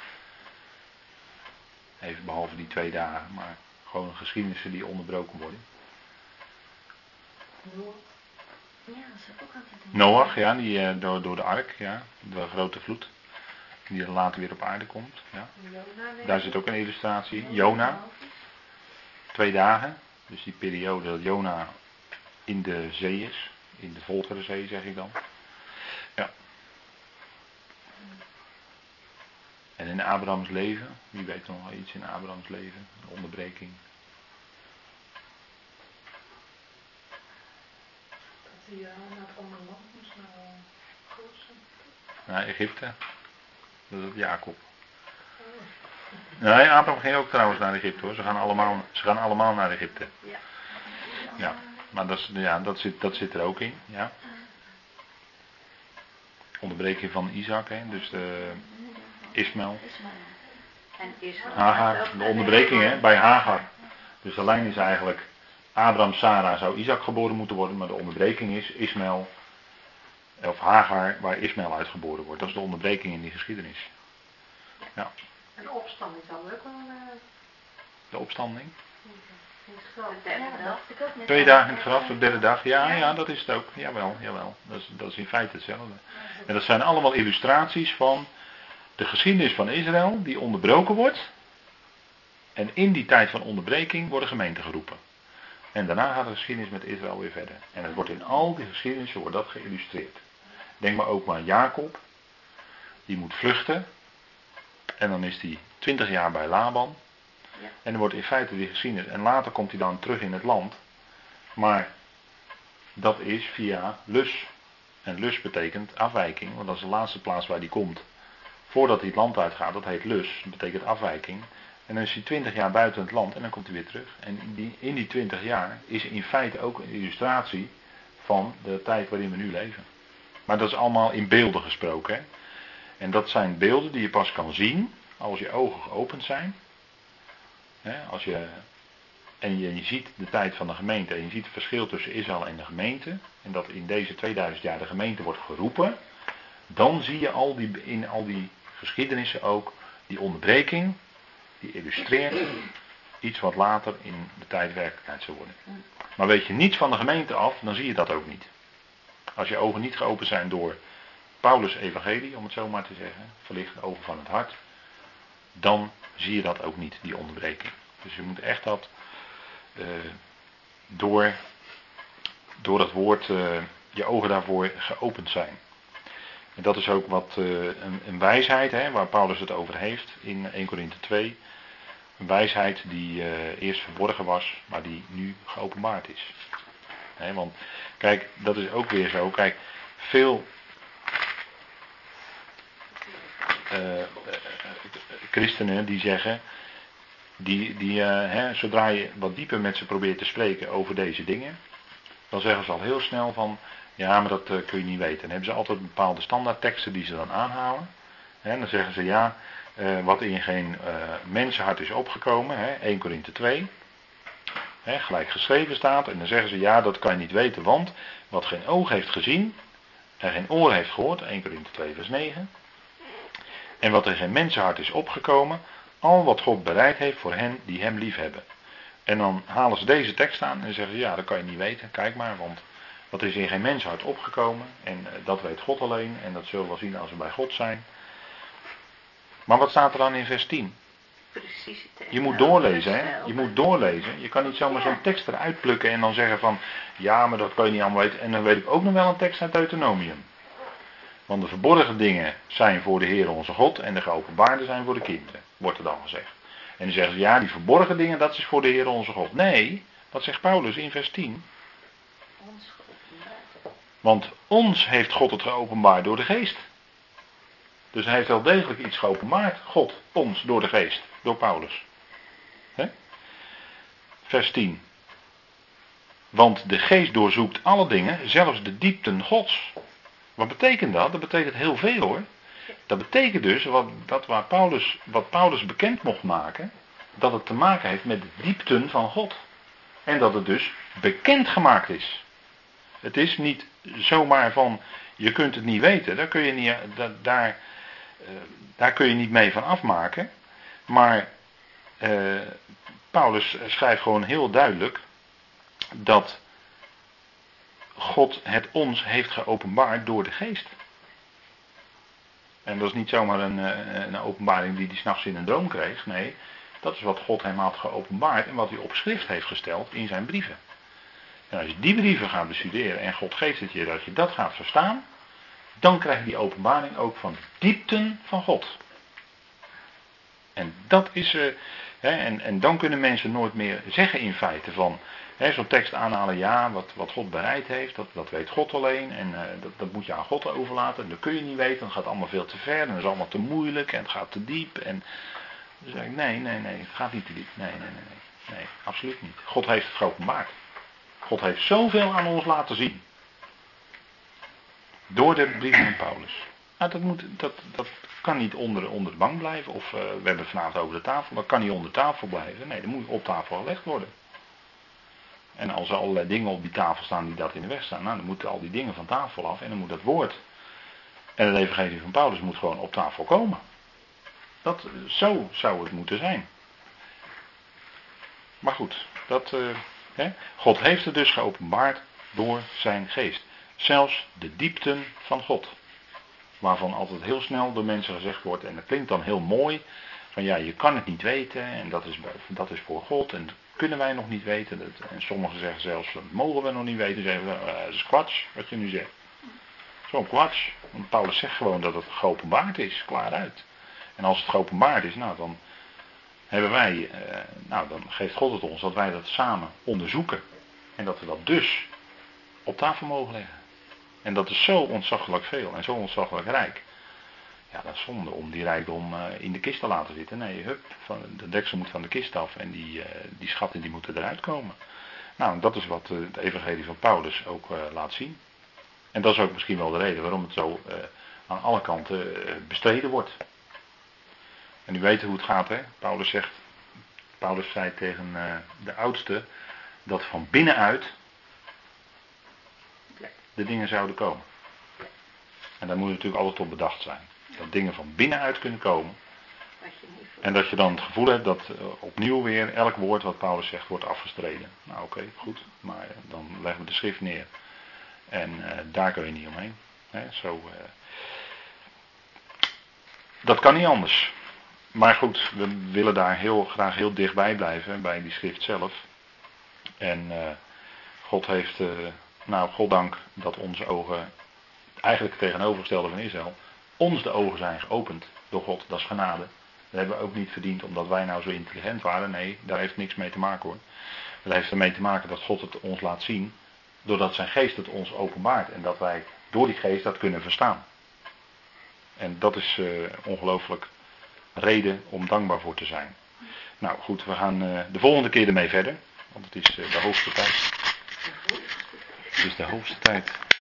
Even behalve die 2 dagen, maar gewoon geschiedenissen die onderbroken worden. Ja, dat is ook altijd een... Noach, ja, die door de ark, ja, de grote vloed. Die er later weer op aarde komt. Ja. Daar zit ook een illustratie. Jona, 2 dagen. Dus die periode dat Jona in de zee is. In de Volkerenzee zeg ik dan. Ja. En in Abrahams leven. Wie weet nog wel iets in Abrahams leven. Een onderbreking. Dat hij naar het andere land moest, naar Goosen. Naar Egypte. Dat is Jacob. Nee, Abraham ging ook trouwens naar Egypte hoor. Ze gaan allemaal naar Egypte. Ja. Ja, maar dat zit er ook in. Ja. Onderbreking van Isaac, hè, dus de Ismaël. En Israël. Hagar, de onderbreking hè, bij Hagar. Dus de lijn is eigenlijk Abraham, Sarah zou Isaac geboren moeten worden, maar de onderbreking is Ismaël, of Hagar, waar Ismaël uitgeboren wordt. Dat is de onderbreking in die geschiedenis. Ja. En de opstanding zou ook wel... De opstanding. in het graf. De 3e Ja, dat dag. dacht ik ook net. 2 dagen in het graf, de 3e dag. Ja, dat is het ook. Jawel. Dat is in feite hetzelfde. En dat zijn allemaal illustraties van de geschiedenis van Israël die onderbroken wordt. En in die tijd van onderbreking worden gemeenten geroepen. En daarna gaat de geschiedenis met Israël weer verder. En het wordt in al die geschiedenissen wordt dat geïllustreerd. Denk maar ook maar aan Jacob. Die moet vluchten. En dan is hij 20 jaar bij Laban. Ja. En dan wordt in feite die geschiedenis. En later komt hij dan terug in het land. Maar dat is via Lus. En Lus betekent afwijking. Want dat is de laatste plaats waar hij komt. Voordat hij het land uitgaat. Dat heet Lus. Dat betekent afwijking. En dan is hij 20 jaar buiten het land. En dan komt hij weer terug. En in die 20 jaar is in feite ook een illustratie van de tijd waarin we nu leven. Maar dat is allemaal in beelden gesproken. Hè? En dat zijn beelden die je pas kan zien als je ogen geopend zijn. En je ziet de tijd van de gemeente en je ziet het verschil tussen Israël en de gemeente. En dat in deze 2000 jaar de gemeente wordt geroepen. Dan zie je in al die geschiedenissen ook die onderbreking. Die illustreert iets wat later in de tijd werkelijkheid zal worden. Maar weet je niets van de gemeente af, dan zie je dat ook niet. Als je ogen niet geopend zijn door Paulus' evangelie, om het zo maar te zeggen, verlicht de ogen van het hart, dan zie je dat ook niet, die onderbreking. Dus je moet echt dat door het woord je ogen daarvoor geopend zijn. En dat is ook wat een wijsheid, hè, waar Paulus het over heeft in 1 Korinthe 2. Een wijsheid die eerst verborgen was, maar die nu geopenbaard is. Want kijk, dat is ook weer zo. Kijk, veel christenen die zeggen, zodra je wat dieper met ze probeert te spreken over deze dingen, dan zeggen ze al heel snel van, ja, maar dat kun je niet weten. Dan hebben ze altijd bepaalde standaardteksten die ze dan aanhalen. Dan zeggen ze, ja, wat in geen mensenhart is opgekomen, 1 Korinthe 2. gelijk geschreven staat. En dan zeggen ze, ja, dat kan je niet weten, want wat geen oog heeft gezien en geen oor heeft gehoord, 1 Korinthe 2 vers 9. En wat in geen mensenhart is opgekomen, al wat God bereid heeft voor hen die hem lief hebben. En dan halen ze deze tekst aan en zeggen ze, ja, dat kan je niet weten, kijk maar, want wat is in geen mensenhart opgekomen en dat weet God alleen en dat zullen we zien als we bij God zijn. Maar wat staat er dan in vers 10? Precies het Je moet doorlezen, hè? Je moet doorlezen. Je kan niet zomaar zo'n tekst eruit plukken en dan zeggen van, ja, maar dat kan je niet allemaal weten. En dan weet ik ook nog wel een tekst uit Deuteronomium. Want de verborgen dingen zijn voor de Heer onze God en de geopenbaarde zijn voor de kinderen, wordt er dan gezegd. En dan zeggen ze, ja, die verborgen dingen, dat is voor de Heer onze God. Nee, wat zegt Paulus in vers 10? Want ons heeft God het geopenbaard door de geest. Dus hij heeft wel degelijk iets geopenbaard, God, ons, door de geest, door Paulus. Vers 10. Want de geest doorzoekt alle dingen, zelfs de diepten Gods. Wat betekent dat? Dat betekent heel veel, hoor. Dat betekent dus, wat Paulus bekend mocht maken, dat het te maken heeft met de diepten van God. En dat het dus bekend gemaakt is. Het is niet zomaar van, je kunt het niet weten, daar kun je niet mee van afmaken. Maar Paulus schrijft gewoon heel duidelijk dat God het ons heeft geopenbaard door de geest. En dat is niet zomaar een openbaring die hij 's nachts in een droom kreeg. Nee, dat is wat God hem had geopenbaard en wat hij op schrift heeft gesteld in zijn brieven. En als je die brieven gaat bestuderen en God geeft het je dat je dat gaat verstaan, dan krijg je die openbaring ook van de diepten van God. En dat is, en dan kunnen mensen nooit meer zeggen in feite van, zo'n tekst aanhalen, ja, wat God bereid heeft, dat weet God alleen en dat moet je aan God overlaten. En dat kun je niet weten, dan gaat het allemaal veel te ver en dat is allemaal te moeilijk en het gaat te diep. En dan zeg ik, nee, het gaat niet te diep. Nee, absoluut niet. God heeft het geopenbaard. God heeft zoveel aan ons laten zien. Door de brieven van Paulus. Nou, dat kan niet onder de bank blijven. Of we hebben vanavond over de tafel. Dat kan niet onder tafel blijven. Nee, dat moet op tafel gelegd worden. En als er allerlei dingen op die tafel staan die dat in de weg staan. Nou, dan moeten al die dingen van tafel af. En dan moet dat woord. En het evangelie van Paulus moet gewoon op tafel komen. Zo zou het moeten zijn. Maar goed, God heeft het dus geopenbaard door zijn geest. Zelfs de diepten van God. Waarvan altijd heel snel door mensen gezegd wordt, en dat klinkt dan heel mooi, van ja, je kan het niet weten en dat is voor God en dat kunnen wij nog niet weten. En sommigen zeggen zelfs, dat mogen we nog niet weten. Zeggen dat is kwats wat je nu zegt. Zo'n kwats. Want Paulus zegt gewoon dat het geopenbaard is, klaar uit. En als het geopenbaard is, nou dan hebben wij, dan geeft God het ons dat wij dat samen onderzoeken. En dat we dat dus op tafel mogen leggen. En dat is zo ontzaglijk veel en zo ontzaglijk rijk. Ja, dat is zonde om die rijkdom in de kist te laten zitten. Nee, de deksel moet van de kist af en die schatten die moeten eruit komen. Nou, dat is wat het evangelie van Paulus ook laat zien. En dat is ook misschien wel de reden waarom het zo aan alle kanten bestreden wordt. En u weet hoe het gaat, hè? Paulus zei tegen de oudste dat van binnenuit de dingen zouden komen. En daar moet je natuurlijk altijd op bedacht zijn. Dat dingen van binnenuit kunnen komen. En dat je dan het gevoel hebt dat opnieuw weer elk woord wat Paulus zegt wordt afgestreden. Nou oké, goed. Maar dan leggen we de schrift neer. En daar kun je niet omheen. Dat kan niet anders. Maar goed, we willen daar graag heel dichtbij blijven. Bij die schrift zelf. En God heeft... goddank dat onze ogen, eigenlijk het tegenovergestelde van Israël, ons de ogen zijn geopend door God. Dat is genade. Dat hebben we ook niet verdiend omdat wij nou zo intelligent waren. Nee, daar heeft niks mee te maken hoor. Dat heeft ermee te maken dat God het ons laat zien, doordat zijn geest het ons openbaart. En dat wij door die geest dat kunnen verstaan. En dat is ongelooflijk reden om dankbaar voor te zijn. Nou goed, we gaan de volgende keer ermee verder. Want het is de hoogste tijd. Het is de hoogste tijd.